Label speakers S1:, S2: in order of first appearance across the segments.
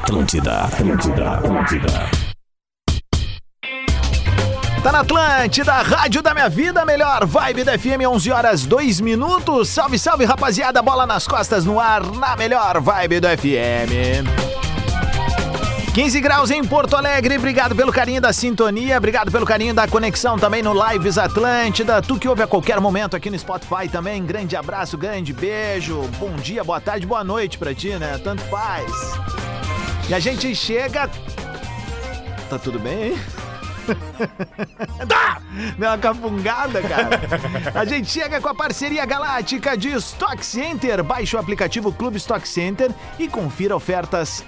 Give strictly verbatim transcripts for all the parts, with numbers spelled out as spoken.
S1: Atlântida, Atlântida, Atlântida.
S2: Tá na Atlântida, rádio da minha vida, melhor vibe da F M, onze horas, dois minutos. Salve, salve, rapaziada, bola nas costas no ar, na melhor vibe do F M. quinze graus em Porto Alegre, obrigado pelo carinho da sintonia, obrigado pelo carinho da conexão também no Lives Atlântida. Tu que ouve a qualquer momento aqui no Spotify também, grande abraço, grande beijo, bom dia, boa tarde, boa noite pra ti, né? Tanto faz. E a gente chega... Tá tudo bem, hein? Deu uma capungada, cara. A gente chega com a parceria galáctica de Stock Center. Baixe o aplicativo Clube Stock Center e confira ofertas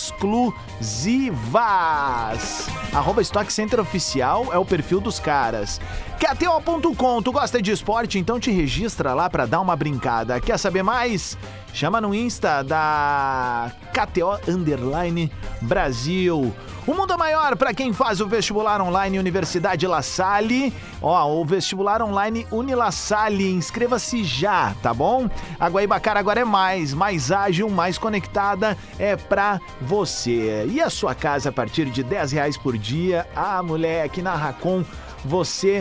S2: exclusivas. Arroba Stock Center Oficial é o perfil dos caras. K T O ponto com, tu gosta de esporte? Então te registra lá pra dar uma brincada. Quer saber mais? Chama no Insta da K T O Underline Brasil. O mundo é maior para quem faz o vestibular online Universidade La Salle. Ó, o vestibular online Unilassalle, inscreva-se já, tá bom? A Guaibacara agora é mais, mais ágil, mais conectada, é pra você. E a sua casa a partir de dez reais por dia? Ah, moleque, na Racon você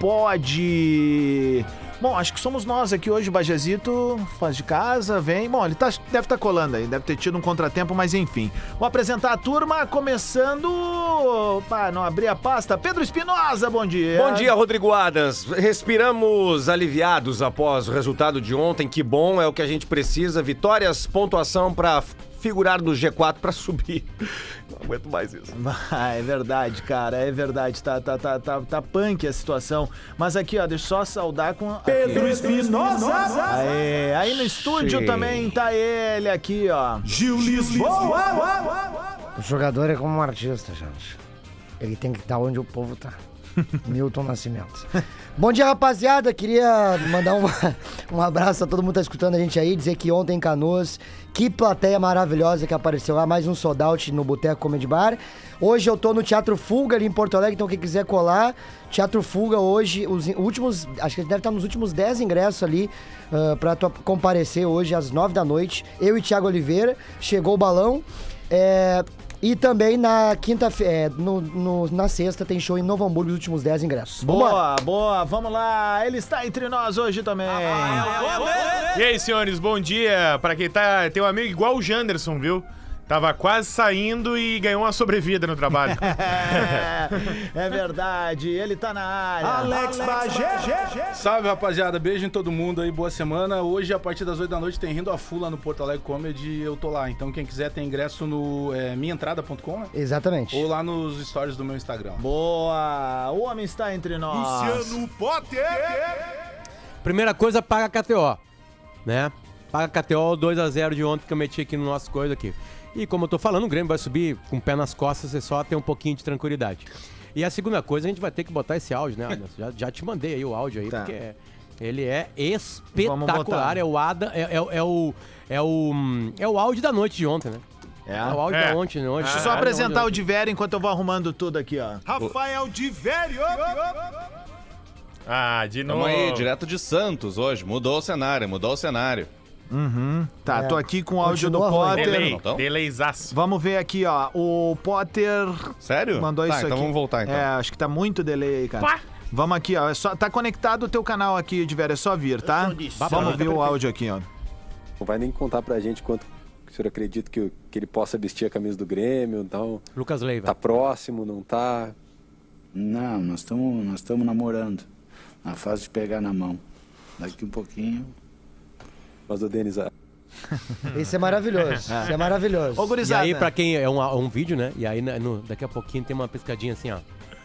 S2: pode... Bom, acho que somos nós aqui hoje, o Bajezito faz de casa, vem... Bom, ele tá, deve estar tá colando aí, deve ter tido um contratempo, mas enfim. Vou apresentar a turma, começando... Pá, não abri a pasta. Pedro Espinosa, bom dia.
S3: Bom dia, Rodrigo Adams. Respiramos aliviados após o resultado de ontem, que bom, é o que a gente precisa. Vitórias, pontuação para figurar no G quatro para subir. Não aguento mais isso.
S2: Ah, é verdade, cara, é verdade. Tá, tá, tá, tá, tá punk a situação. Mas aqui, ó, deixa eu só saudar com...
S4: Pedro Espinosa!
S2: Aê, aí no estúdio Sim. também tá ele aqui, ó.
S4: Gil Lisboa!
S5: O jogador é como um artista, gente. Ele tem que estar onde o povo tá. Milton Nascimento. Bom dia, rapaziada. Queria mandar uma, um abraço a todo mundo que tá escutando a gente aí. Dizer que ontem em Canoas, que plateia maravilhosa que apareceu lá. Mais um sold out no Boteco Comedy Bar. Hoje eu tô no Teatro Fuga ali em Porto Alegre. Então quem quiser colar, Teatro Fuga hoje, os últimos, acho que deve estar nos últimos dez ingressos ali uh, pra tu comparecer hoje às nove da noite. Eu e Thiago Oliveira. Chegou o balão. É... E também na quinta-feira, é, no, no, na sexta, tem show em Novo Hamburgo, os últimos dez ingressos.
S2: Boa,
S5: Vambora.
S2: boa, vamos lá. Ele está entre nós hoje também.
S6: E aí, senhores, bom dia. Pra quem tá, tem um amigo igual o Janderson, viu? Tava quase saindo e ganhou uma sobrevida no trabalho.
S2: É, é verdade, ele tá na área.
S4: Alex, Alex Bagé.
S7: Salve, rapaziada, beijo em todo mundo aí, boa semana. Hoje, a partir das oito da noite, tem Rindo a Full lá no Porto Alegre Comedy, eu tô lá. Então, quem quiser tem ingresso no é, minha entrada ponto com, né?
S5: Exatamente.
S7: Ou lá nos stories do meu Instagram.
S2: Boa, o homem está entre nós.
S4: Luciano Potter.
S3: Primeira coisa, paga a K T O, né? Paga a K T O, dois a zero de ontem que eu meti aqui no nosso coisa aqui. E como eu tô falando, o Grêmio vai subir com o pé nas costas, é só ter um pouquinho de tranquilidade. E a segunda coisa, a gente vai ter que botar esse áudio, né? Já, já te mandei aí o áudio aí, tá. Porque é, ele é espetacular. É o, Ada, é, é, é, o, é, o, é o áudio da noite de ontem, né? É, é o áudio
S6: é.
S3: da ontem, né? Hoje.
S2: Deixa eu só apresentar o Divério enquanto eu vou arrumando tudo aqui, ó.
S4: Rafael Divério.
S6: Ah, de novo.
S8: Tamo aí, direto de Santos hoje. Mudou o cenário, mudou o cenário.
S2: Uhum. Tá, é. tô aqui com o áudio
S5: Continua
S2: do Potter.
S6: Delay, delayzaço.
S2: Vamos ver aqui, ó. O Potter...
S8: Sério?
S2: Mandou
S8: tá,
S2: isso
S8: então
S2: aqui.
S8: vamos voltar, então.
S2: É, acho que tá muito delay aí, cara.
S6: Pá.
S2: Vamos aqui, ó. É só, tá conectado o teu canal aqui, Divério, é só vir, tá? Vamos ver o áudio aqui, ó.
S9: Não vai nem contar pra gente quanto o senhor acredita que, que ele possa vestir a camisa do Grêmio, então...
S3: Lucas Leiva.
S9: Tá próximo, não tá?
S10: Não, nós estamos nós estamos namorando. Na fase de pegar na mão. Daqui um pouquinho...
S9: Mas o Denis...
S5: Esse é maravilhoso, isso é maravilhoso.
S2: Ô, gurizada.
S3: E aí, pra quem é um, um vídeo, né? E aí, no, daqui a pouquinho tem uma piscadinha assim, ó.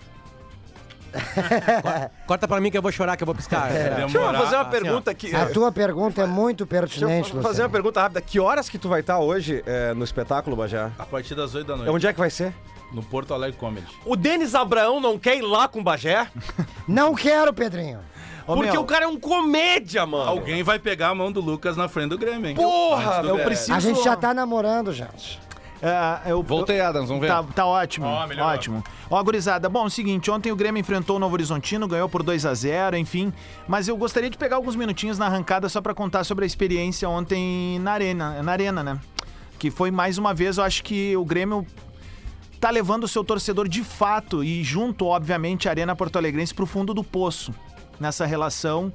S3: Corta pra mim que eu vou chorar, que eu vou piscar. É. Deixa eu fazer uma pergunta aqui.
S5: A tua pergunta é muito pertinente,
S3: Deixa eu fazer uma pergunta rápida. Que horas que tu vai estar hoje é, no espetáculo, Bajé?
S7: A partir das oito da noite.
S3: Onde é que vai ser?
S7: No Porto Alegre Comedy.
S3: O Denis Abraão não quer ir lá com o Bajé?
S5: Não quero, Pedrinho.
S2: Ô,
S3: Porque
S2: meu,
S3: o cara é um comédia, mano.
S7: Alguém vai pegar a mão do Lucas na frente do Grêmio, hein?
S3: Porra,
S7: do
S2: eu
S7: Grêmio.
S2: preciso...
S5: A gente já tá namorando, gente.
S2: É, eu,
S8: Voltei, Adams, vamos ver.
S2: Tá, tá ótimo,
S6: Ó, melhorou.
S2: ótimo. Ó, gurizada, bom, é o seguinte, ontem o Grêmio enfrentou o Novo Horizontino, ganhou por dois a zero, enfim, mas eu gostaria de pegar alguns minutinhos na arrancada só pra contar sobre a experiência ontem na arena, na arena, né? Que foi mais uma vez, eu acho que o Grêmio tá levando o seu torcedor de fato e junto, obviamente, a Arena Porto Alegrense pro fundo do poço nessa relação.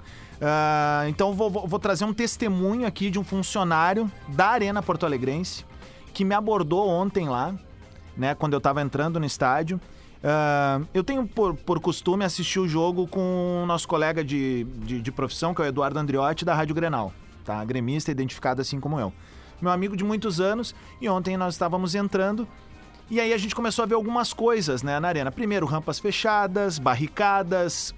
S2: Uh, então vou, vou, vou trazer um testemunho aqui de um funcionário da Arena Porto Alegrense que me abordou ontem lá, né, quando eu tava entrando no estádio. Uh, eu tenho por, por costume assistir o jogo com o nosso colega de, de, de profissão, que é o Eduardo Andriotti, da Rádio Grenal, tá? Gremista, identificado assim como eu. Meu amigo de muitos anos, e ontem nós estávamos entrando, e aí a gente começou a ver algumas coisas, né, na arena. Primeiro, rampas fechadas, barricadas,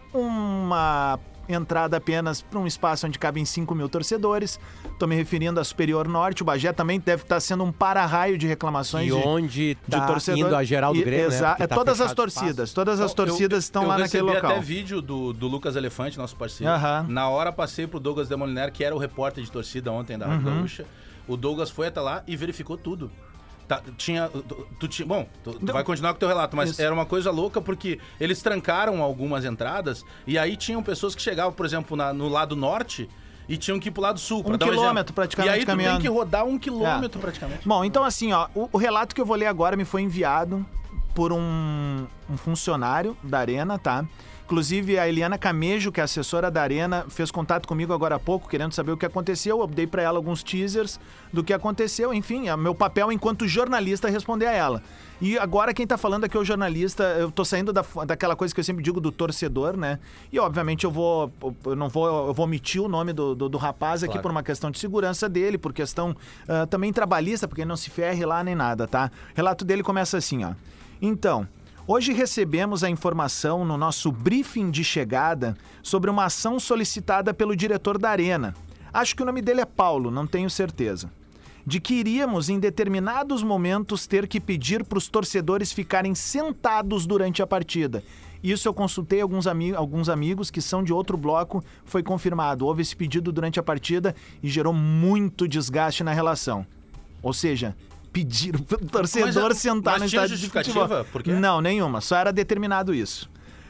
S2: uma entrada apenas para um espaço onde cabem cinco mil torcedores. Estou me referindo à Superior Norte. O Bagé também deve estar sendo um para-raio de reclamações
S3: e
S2: de,
S3: onde tá
S2: de torcedor.
S3: Indo a geral do Grêmio,
S2: Exa-
S3: né?
S2: é,
S3: Tá
S2: todas as
S3: fechado
S2: torcidas,
S3: espaço.
S2: todas as torcidas
S7: eu,
S2: estão
S7: eu
S2: lá naquele
S7: recebi
S2: local.
S7: até vídeo do, do Lucas Elefante, nosso parceiro.
S2: Aham.
S7: Na hora passei pro Douglas Demoliner, que era o repórter de torcida ontem da Rádio
S2: Uhum.
S7: Gaúcha. O Douglas foi até lá e verificou tudo. Tá, tinha, tu, tu tinha, bom, tu, tu vai continuar com o teu relato, mas
S2: Isso.
S7: era uma coisa louca porque eles trancaram algumas entradas e aí tinham pessoas que chegavam, por exemplo, na- no lado norte e tinham que ir pro lado sul. Pra
S2: Um
S7: dar um
S2: quilômetro,
S7: exemplo.
S2: praticamente,
S7: E aí tu
S2: caminhando.
S7: tem que rodar um quilômetro praticamente.
S2: Bom, então assim, ó, o, o relato que eu vou ler agora me foi enviado por um, um funcionário da Arena, tá? Inclusive, a Eliana Camejo, que é assessora da Arena, fez contato comigo agora há pouco, querendo saber o que aconteceu. Eu dei pra ela alguns teasers do que aconteceu. Enfim, é meu papel enquanto jornalista responder a ela. E agora quem tá falando aqui é o jornalista. Eu tô saindo da, daquela coisa que eu sempre digo do torcedor, né? E obviamente eu vou, eu não vou, eu vou omitir o nome do, do, do rapaz aqui
S7: Claro.
S2: por uma questão de segurança dele, por questão ah, também trabalhista, porque ele não se ferre lá nem nada, tá? O relato dele começa assim, ó. Então, hoje recebemos a informação no nosso briefing de chegada sobre uma ação solicitada pelo diretor da Arena. Acho que o nome dele é Paulo, não tenho certeza. De que iríamos, em determinados momentos, ter que pedir para os torcedores ficarem sentados durante a partida. Isso eu consultei alguns, ami- alguns amigos que são de outro bloco, foi confirmado. Houve esse pedido durante a partida e gerou muito desgaste na relação. Ou seja, pediram para o torcedor
S7: Mas,
S2: sentar
S7: mas
S2: no
S7: tinha
S2: estádio de
S7: justificativa?
S2: futebol.
S7: Por quê?
S2: Não, nenhuma. Só era determinado isso.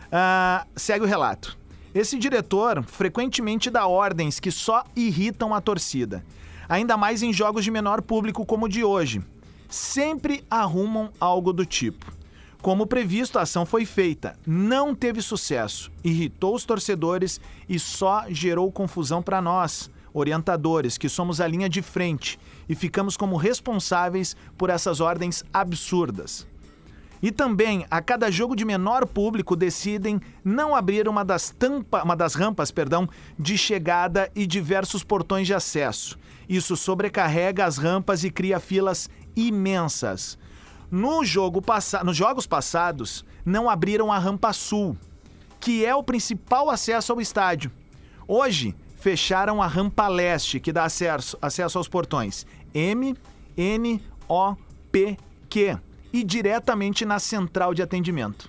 S2: Ah, segue o relato. Esse diretor frequentemente dá ordens que só irritam a torcida. Ainda mais em jogos de menor público como o de hoje. Sempre arrumam algo do tipo. Como previsto, a ação foi feita, não teve sucesso, irritou os torcedores e só gerou confusão para nós, orientadores, que somos a linha de frente e ficamos como responsáveis por essas ordens absurdas. E também, a cada jogo de menor público, decidem não abrir uma das, tampa, uma das rampas perdão, de chegada e diversos portões de acesso. Isso sobrecarrega as rampas e cria filas imensas. No jogo passa... Nos jogos passados, não abriram a rampa sul, que é o principal acesso ao estádio. Hoje, fecharam a rampa leste, que dá acesso, acesso aos portões M, N, O, P, Q e diretamente na central de atendimento.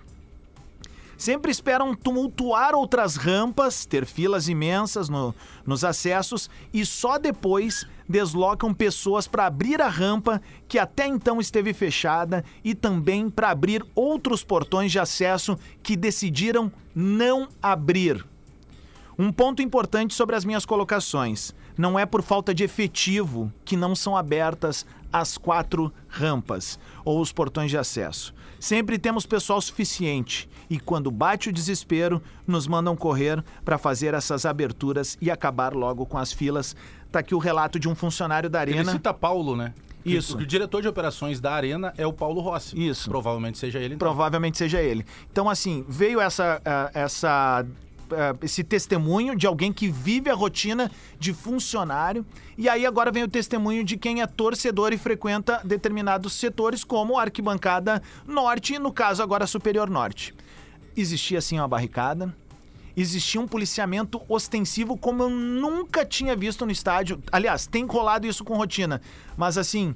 S2: Sempre esperam tumultuar outras rampas, ter filas imensas no, nos acessos e só depois deslocam pessoas para abrir a rampa que até então esteve fechada e também para abrir outros portões de acesso que decidiram não abrir. Um ponto importante sobre as minhas colocações. Não é por falta de efetivo que não são abertas as quatro rampas ou os portões de acesso. Sempre temos pessoal suficiente e quando bate o desespero, nos mandam correr para fazer essas aberturas e acabar logo com as filas. Tá aqui o relato de um funcionário da Arena.
S7: Ele cita Paulo, né? Que
S2: Isso.
S7: O, o diretor de operações da Arena é o Paulo Rossi.
S2: Isso.
S7: Provavelmente seja ele. Então.
S2: Provavelmente seja ele. Então, assim, veio essa, uh, essa, uh, esse testemunho de alguém que vive a rotina de funcionário. E aí agora vem o testemunho de quem é torcedor e frequenta determinados setores, como a Arquibancada Norte e, no caso, agora a Superior Norte. Existia, sim, uma barricada. Existia um policiamento ostensivo como eu nunca tinha visto no estádio. Aliás, tem rolado isso com rotina. Mas, assim,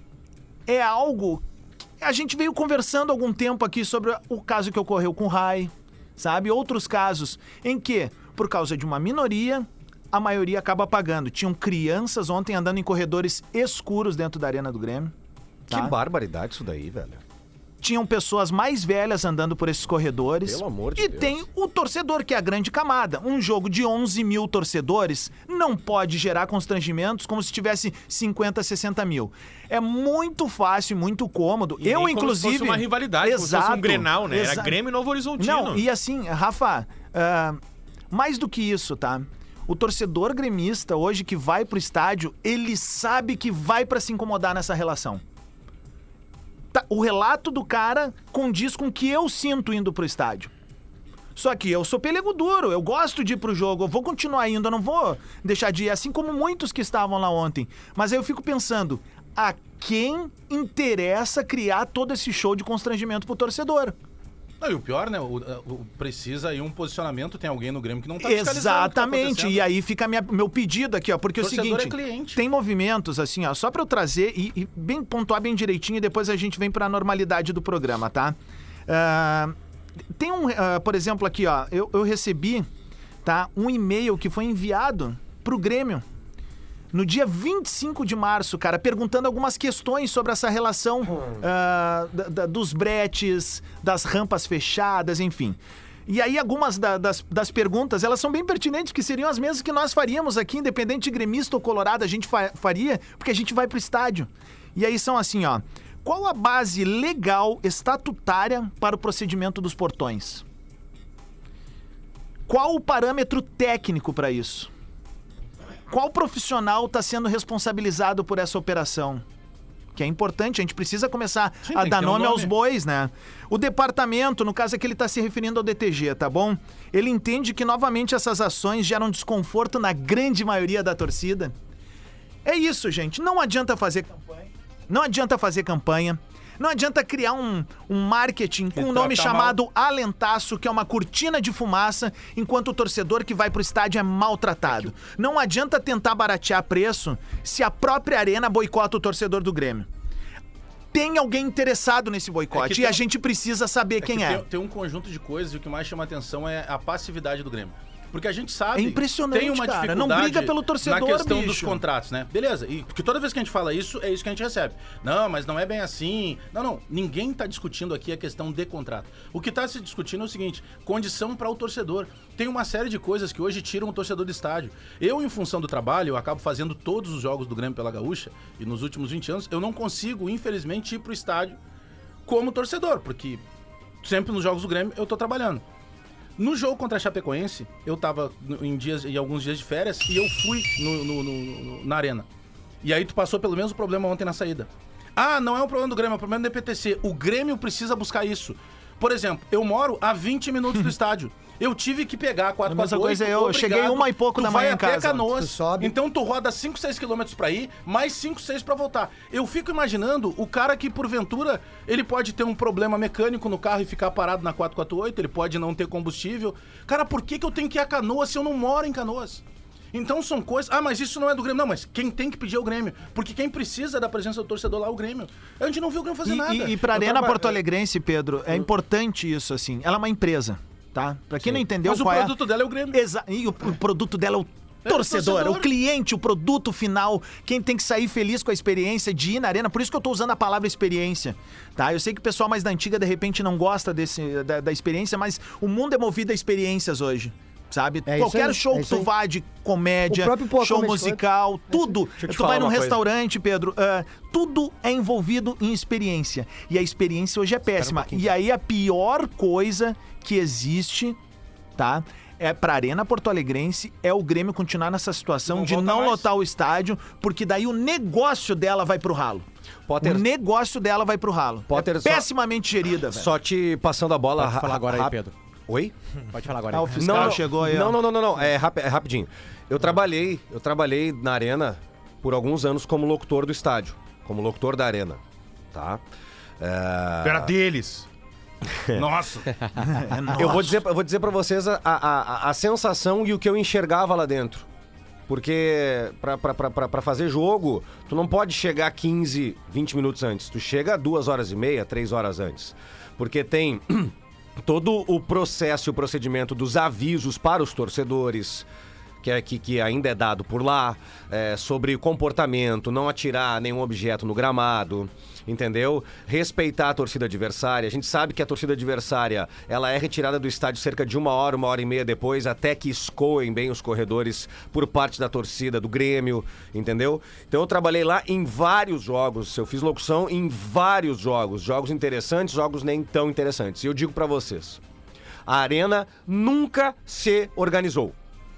S2: é algo... A gente veio conversando há algum tempo aqui sobre o caso que ocorreu com o Rai, sabe? Outros casos em que, por causa de uma minoria, a maioria acaba pagando. Tinham crianças ontem andando em corredores escuros dentro da Arena do Grêmio.
S11: Que
S2: tá?
S11: barbaridade isso daí, velho.
S2: tinham pessoas mais velhas andando por esses corredores.
S11: Pelo amor de
S2: e
S11: Deus.
S2: tem o torcedor, que é a grande camada. Um jogo de onze mil torcedores não pode gerar constrangimentos como se tivesse cinquenta, sessenta mil. É muito fácil, muito cômodo.
S6: E
S2: Eu,
S6: nem como
S2: inclusive...
S6: se fosse uma rivalidade, como se fosse um Grenal, né? Era
S2: Exa-
S6: Grêmio e Novo Horizontino.
S2: Não, e assim, Rafa, ah, mais do que isso, tá? O torcedor gremista hoje que vai pro estádio, ele sabe que vai pra se incomodar nessa relação. Tá, o relato do cara condiz com o que eu sinto indo pro estádio. Só que eu sou pelego duro, eu gosto de ir pro jogo, eu vou continuar indo, eu não vou deixar de ir, assim como muitos que estavam lá ontem. Mas aí eu fico pensando, a quem interessa criar todo esse show de constrangimento pro torcedor?
S7: Não, e o pior, né? O, o- precisa aí um posicionamento, tem alguém no Grêmio que não tá fiscalizando o que tá
S2: Exatamente,
S7: acontecendo.
S2: e aí fica minha- meu pedido aqui, ó, porque é o
S7: Torcedor
S2: seguinte,
S7: é cliente.
S2: tem movimentos assim, ó, só pra eu trazer e, e bem pontuar bem direitinho e depois a gente vem pra normalidade do programa, tá? Ah, tem um, ah, por exemplo, aqui, ó, eu, eu recebi, tá, um e-mail que foi enviado pro Grêmio no dia vinte e cinco de março, cara, perguntando algumas questões sobre essa relação ah, da- da- dos bretes, das rampas fechadas, enfim. E aí algumas da- das, das perguntas, elas são bem pertinentes, porque seriam as mesmas que nós faríamos aqui, independente de gremista ou colorado, a gente fa- faria, porque a gente vai pro estádio. E aí são assim, ó, qual a base legal estatutária para o procedimento dos portões? Qual o parâmetro técnico para isso? Qual profissional está sendo responsabilizado por essa operação? Que é importante, a gente precisa começar
S7: Sim,
S2: a
S7: tem que
S2: dar
S7: ter um
S2: nome,
S7: nome.
S2: aos bois, né? O departamento, no caso aqui ele está se referindo ao D T G, tá bom? Ele entende que novamente essas ações geram desconforto na grande maioria da torcida. É isso, gente. Não adianta fazer campanha. Não adianta fazer campanha. Não adianta criar um, um marketing com um nome
S7: trata
S2: chamado Alentaço, que é uma cortina de fumaça, enquanto o torcedor que vai pro estádio é maltratado. Não adianta tentar baratear preço se a própria arena boicota o torcedor do Grêmio. Tem alguém interessado nesse boicote
S7: É que
S2: e a
S7: tem-
S2: gente precisa saber
S7: É que
S2: quem é.
S7: Tem, tem um conjunto de coisas e o que mais chama atenção é a passividade do Grêmio. Porque a gente sabe...
S2: É impressionante,
S7: tem uma
S2: cara. Não
S7: dificuldade
S2: briga pelo torcedor,
S7: na questão
S2: bicho.
S7: dos contratos, né? Beleza, e porque toda vez que a gente fala isso, é isso que a gente recebe. Não, mas não é bem assim. Não, não, ninguém tá discutindo aqui a questão de contrato. O que tá se discutindo é o seguinte, condição para o torcedor. Tem uma série de coisas que hoje tiram o torcedor do estádio. Eu, em função do trabalho, eu acabo fazendo todos os jogos do Grêmio pela Gaúcha, e nos últimos vinte anos, eu não consigo, infelizmente, ir pro estádio como torcedor, porque sempre nos jogos do Grêmio eu tô trabalhando. No jogo contra a Chapecoense, eu tava em, dias, em alguns dias de férias e eu fui no, no- no- no- na arena. E aí tu passou pelo mesmo problema ontem na saída. Ah, não é um problema do Grêmio, é um problema do D P T C. O Grêmio precisa buscar isso. Por exemplo, eu moro a vinte minutos do estádio. Eu tive que pegar a quatro
S2: A mesma
S7: quatro oito,
S2: coisa eu, eu cheguei uma e pouco
S7: tu
S2: da
S7: vai
S2: manhã em
S7: até
S2: casa.
S7: Canoas,
S5: Tu sobe.
S7: então tu roda cinco, seis quilômetros pra ir, mais cinco, seis pra voltar. Eu fico imaginando o cara que, porventura, ele pode ter um problema mecânico no carro e ficar parado na quatro quatro oito, ele pode não ter combustível. Cara, por que que eu tenho que ir a Canoas se eu não moro em Canoas? Então são coisas... Ah, mas isso não é do Grêmio. Não, mas quem tem que pedir é o Grêmio. Porque quem precisa da presença do torcedor lá é o Grêmio. A gente não viu o Grêmio fazer
S2: E,
S7: nada.
S2: e, e pra
S7: Eu
S2: Arena
S7: traba-
S2: Porto Alegrense, Pedro, é importante isso, assim. Ela é uma empresa, tá? Pra quem não entendeu
S7: Mas o
S2: qual é...
S7: produto dela é o Grêmio.
S2: Exa E o, o produto dela é o
S7: É o
S2: torcedor, é o
S7: torcedor.
S2: cliente, o produto final, quem tem que sair feliz com a experiência de ir na arena. Por isso que eu tô usando a palavra experiência, tá? Eu sei que o pessoal mais da antiga, de repente, não gosta desse, da, da experiência, mas o mundo é movido a experiências hoje. Sabe?
S5: É isso
S2: Qualquer
S5: aí,
S2: show
S5: é
S2: que
S5: isso
S2: tu
S5: aí.
S2: vá de comédia,
S5: O próprio Pô
S2: show
S5: Comedy Club.
S2: musical, tudo.
S11: eu te
S2: Tu
S11: falar
S2: vai num
S11: uma coisa.
S2: restaurante, Pedro, ah, tudo é envolvido em experiência. E a experiência hoje é péssima. e aí a pior coisa que existe, tá? É pra Arena Porto Alegrense, é o Grêmio continuar nessa situação
S7: Não
S2: de
S7: volta
S2: não
S7: mais.
S2: lotar o estádio, porque daí o negócio dela vai pro ralo.
S11: Potter-
S2: O negócio dela vai pro ralo.
S11: Potter,
S2: é
S11: só-
S2: pessimamente gerida, velho.
S11: Só te passando a bola...
S3: Pode
S11: ra-
S3: falar agora aí,
S11: rap-
S3: Pedro.
S11: Oi?
S3: Pode falar agora
S2: Ah,
S3: aí.
S2: o fiscal chegou aí, ó.
S11: Não, não, não, não, não. É, rap- é rapidinho. Eu trabalhei, eu trabalhei na Arena por alguns anos como locutor do estádio, como locutor da Arena, tá? É,
S6: Tu era deles.
S7: Nossa.
S11: eu vou dizer, eu vou dizer para vocês a, a, a, a sensação e o que eu enxergava lá dentro. Porque pra, pra, pra, pra, pra fazer jogo, tu não pode chegar quinze, vinte minutos antes. Tu chega duas horas e meia, três horas antes. Porque tem todo o processo e o procedimento dos avisos para os torcedores, que, é, que, que ainda é dado por lá, é, sobre comportamento, não atirar nenhum objeto no gramado, entendeu? Respeitar a torcida adversária. A gente sabe que a torcida adversária, ela é retirada do estádio cerca de uma hora, uma hora e meia depois, até que escoem bem os corredores por parte da torcida, do Grêmio, entendeu? Então eu trabalhei lá em vários jogos, eu fiz locução em vários jogos, jogos interessantes, jogos nem tão interessantes. E eu digo pra vocês, a Arena nunca se organizou.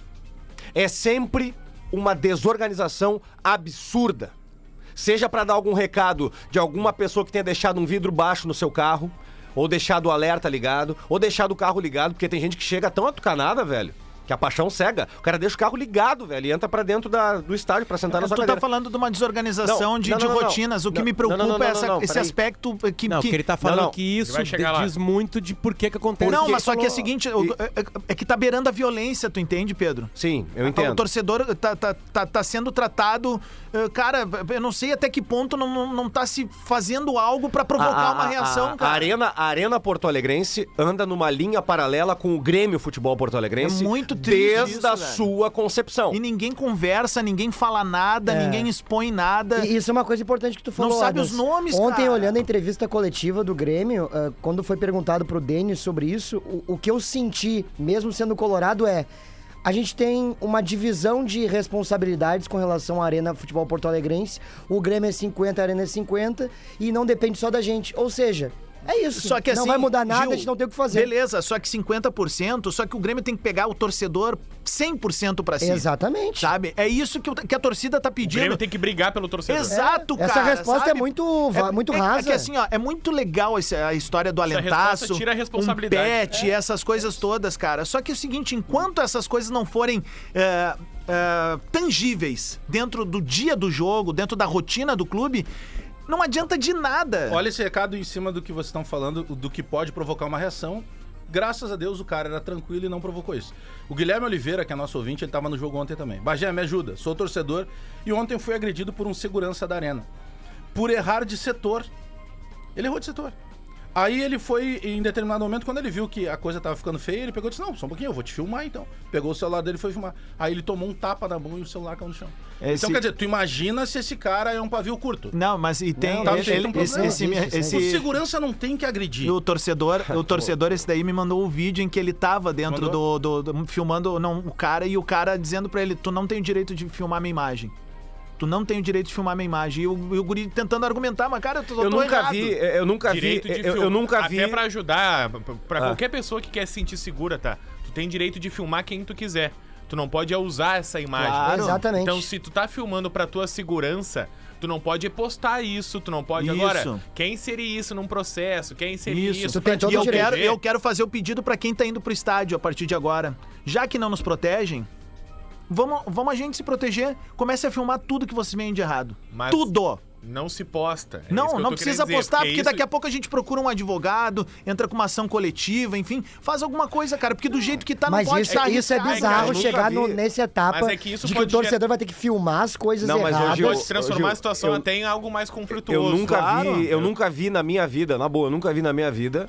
S11: É sempre uma desorganização absurda. Seja para dar algum recado de alguma pessoa que tenha deixado um vidro baixo no seu carro, ou deixado o alerta ligado, ou deixado o carro ligado, porque tem gente que chega tão atucanada, velho, que a paixão cega. O cara deixa o carro ligado, velho, e entra pra dentro da, do estádio pra sentar na sua
S2: Tu
S11: cadeira.
S2: tá falando de uma desorganização
S11: Não,
S2: de,
S11: não,
S2: de
S11: não, não,
S2: rotinas. O que
S11: não,
S2: me preocupa
S11: não, não, não,
S2: é essa-
S11: não, não,
S2: esse
S11: peraí.
S2: aspecto que...
S3: Não,
S2: que...
S3: que ele tá falando
S11: Não, não.
S3: que isso
S6: Vai chegar lá.
S3: diz muito de por que que acontece.
S2: Não,
S11: Porque
S2: mas só que é o
S11: falou-
S2: seguinte, o- é, é que tá beirando a violência, tu entende, Pedro?
S11: Sim, eu
S2: O
S11: entendo.
S2: torcedor tá, tá, tá, tá sendo tratado... eh, Cara, eu não sei até que ponto não, não, não tá se fazendo algo pra provocar
S11: A- a-
S2: uma reação,
S11: a,
S2: cara.
S11: A Arena, a Arena Porto Alegrense anda numa linha paralela com o Grêmio Futebol Porto Alegrense
S2: É muito triste
S11: desde
S2: isso,
S11: a
S2: velho.
S11: sua concepção.
S2: E ninguém conversa, ninguém fala nada,
S5: É.
S2: ninguém expõe nada.
S5: E isso é uma coisa importante que tu falou.
S2: sabe
S5: Adams.
S2: os nomes,
S5: Ontem,
S2: cara.
S5: olhando a entrevista coletiva do Grêmio, ah, quando foi perguntado pro Denis sobre isso, o, o que eu senti, mesmo sendo colorado, é... A gente tem uma divisão de responsabilidades com relação à Arena Futebol Porto Alegrense. O Grêmio é cinquenta, a Arena é cinquenta, e não depende só da gente. Ou seja, é isso.
S2: Só que assim,
S5: não vai mudar nada,
S2: Gil,
S5: a gente não tem o que fazer.
S2: Beleza, só que cinquenta por cento, só que o Grêmio tem que pegar o torcedor cem por cento pra si.
S5: Exatamente.
S2: Sabe? É isso que, o- que a torcida tá
S6: O
S2: pedindo.
S6: Grêmio tem que brigar pelo torcedor.
S2: Exato,
S5: Essa
S2: cara.
S5: resposta
S2: sabe?
S5: é muito, va- muito
S2: é,
S5: rasa.
S2: É que assim, ó, é muito legal essa, a história do
S6: Essa
S2: alentaço,
S6: resposta tira a responsabilidade.
S2: um pet, essas coisas todas, cara. Só que é o seguinte, enquanto essas coisas não forem é, é, tangíveis dentro do dia do jogo, dentro da rotina do clube, não adianta de nada.
S7: Olha esse recado em cima do que vocês estão falando, do que pode provocar uma reação. Graças a Deus o cara era tranquilo e não provocou isso. O Guilherme Oliveira, que é nosso ouvinte, ele tava no jogo ontem também. Bagé, me ajuda, sou torcedor e ontem fui agredido por um segurança da Arena. Por errar de setor. Ele errou de setor. Aí ele foi, em determinado momento, quando ele viu que a coisa tava ficando feia, ele pegou e disse, não, só um pouquinho, eu vou te filmar então. Pegou o celular dele e foi filmar. Aí ele tomou um tapa na mão e o celular caiu no chão.
S2: Esse-
S7: Então quer dizer, tu imagina se esse cara é um pavio curto.
S2: Não, mas e tem...
S5: Não,
S7: tá
S2: ele-
S7: feito um
S2: ele- esse,
S7: problema.
S2: esse,
S5: Existe,
S2: esse-
S7: O segurança não tem que agredir.
S2: E o torcedor, o torcedor esse daí me mandou o vídeo em que ele tava dentro do, do, do- filmando não, o cara e o cara dizendo pra ele, tu não tem o direito de filmar minha imagem. Tu não tem o direito de filmar minha imagem. E o, e o guri tentando argumentar, mas cara, eu tô,
S11: Eu
S2: tô
S11: nunca
S2: errado.
S11: vi, eu nunca
S6: Direito
S11: vi,
S6: de
S11: eu,
S6: filmar.
S11: eu nunca vi.
S6: Até pra ajudar, pra- pra
S11: Ah.
S6: qualquer pessoa que quer se sentir segura, tá? Tu tem direito de filmar quem tu quiser. Tu não pode usar essa imagem.
S2: Claro.
S5: Exatamente.
S6: Então, se tu tá filmando pra tua segurança, tu não pode postar isso, tu não pode...
S2: Isso.
S6: Agora, quem inserir isso num processo, quem inserir
S2: Isso,
S6: isso...
S5: Tu tem
S6: pra
S5: todo
S2: E eu
S5: o direito.
S2: quero, eu quero fazer o pedido pra quem tá indo pro estádio a partir de agora. Já que não nos protegem, vamos, vamos a gente se proteger. Comece a filmar tudo que vocês veem de errado.
S6: Mas
S2: Tudo!
S6: Não se posta. É isso que
S2: Não,
S6: eu
S2: não
S6: tô
S2: precisa
S6: querendo dizer,
S2: postar, porque
S6: isso-
S2: daqui a pouco a gente procura um advogado, entra com uma ação coletiva, enfim, faz alguma coisa, cara, porque do jeito que tá não
S5: Mas
S2: pode
S5: isso,
S2: estar
S5: isso é
S2: arriscado,
S5: bizarro
S11: cara, eu
S5: chegar
S11: nunca
S5: no,
S11: vi.
S5: nessa etapa
S6: Mas é que isso
S5: de que o
S6: pode
S5: torcedor
S6: gerar-
S5: vai ter que filmar as coisas
S11: Não, mas, ô,
S5: erradas.
S11: Gil,
S6: Pode se transformar
S11: Gil,
S6: a situação
S11: eu-
S6: até em algo mais conflituoso.
S11: Eu nunca
S2: claro.
S11: vi, eu nunca vi na minha vida, na boa, eu nunca vi na minha vida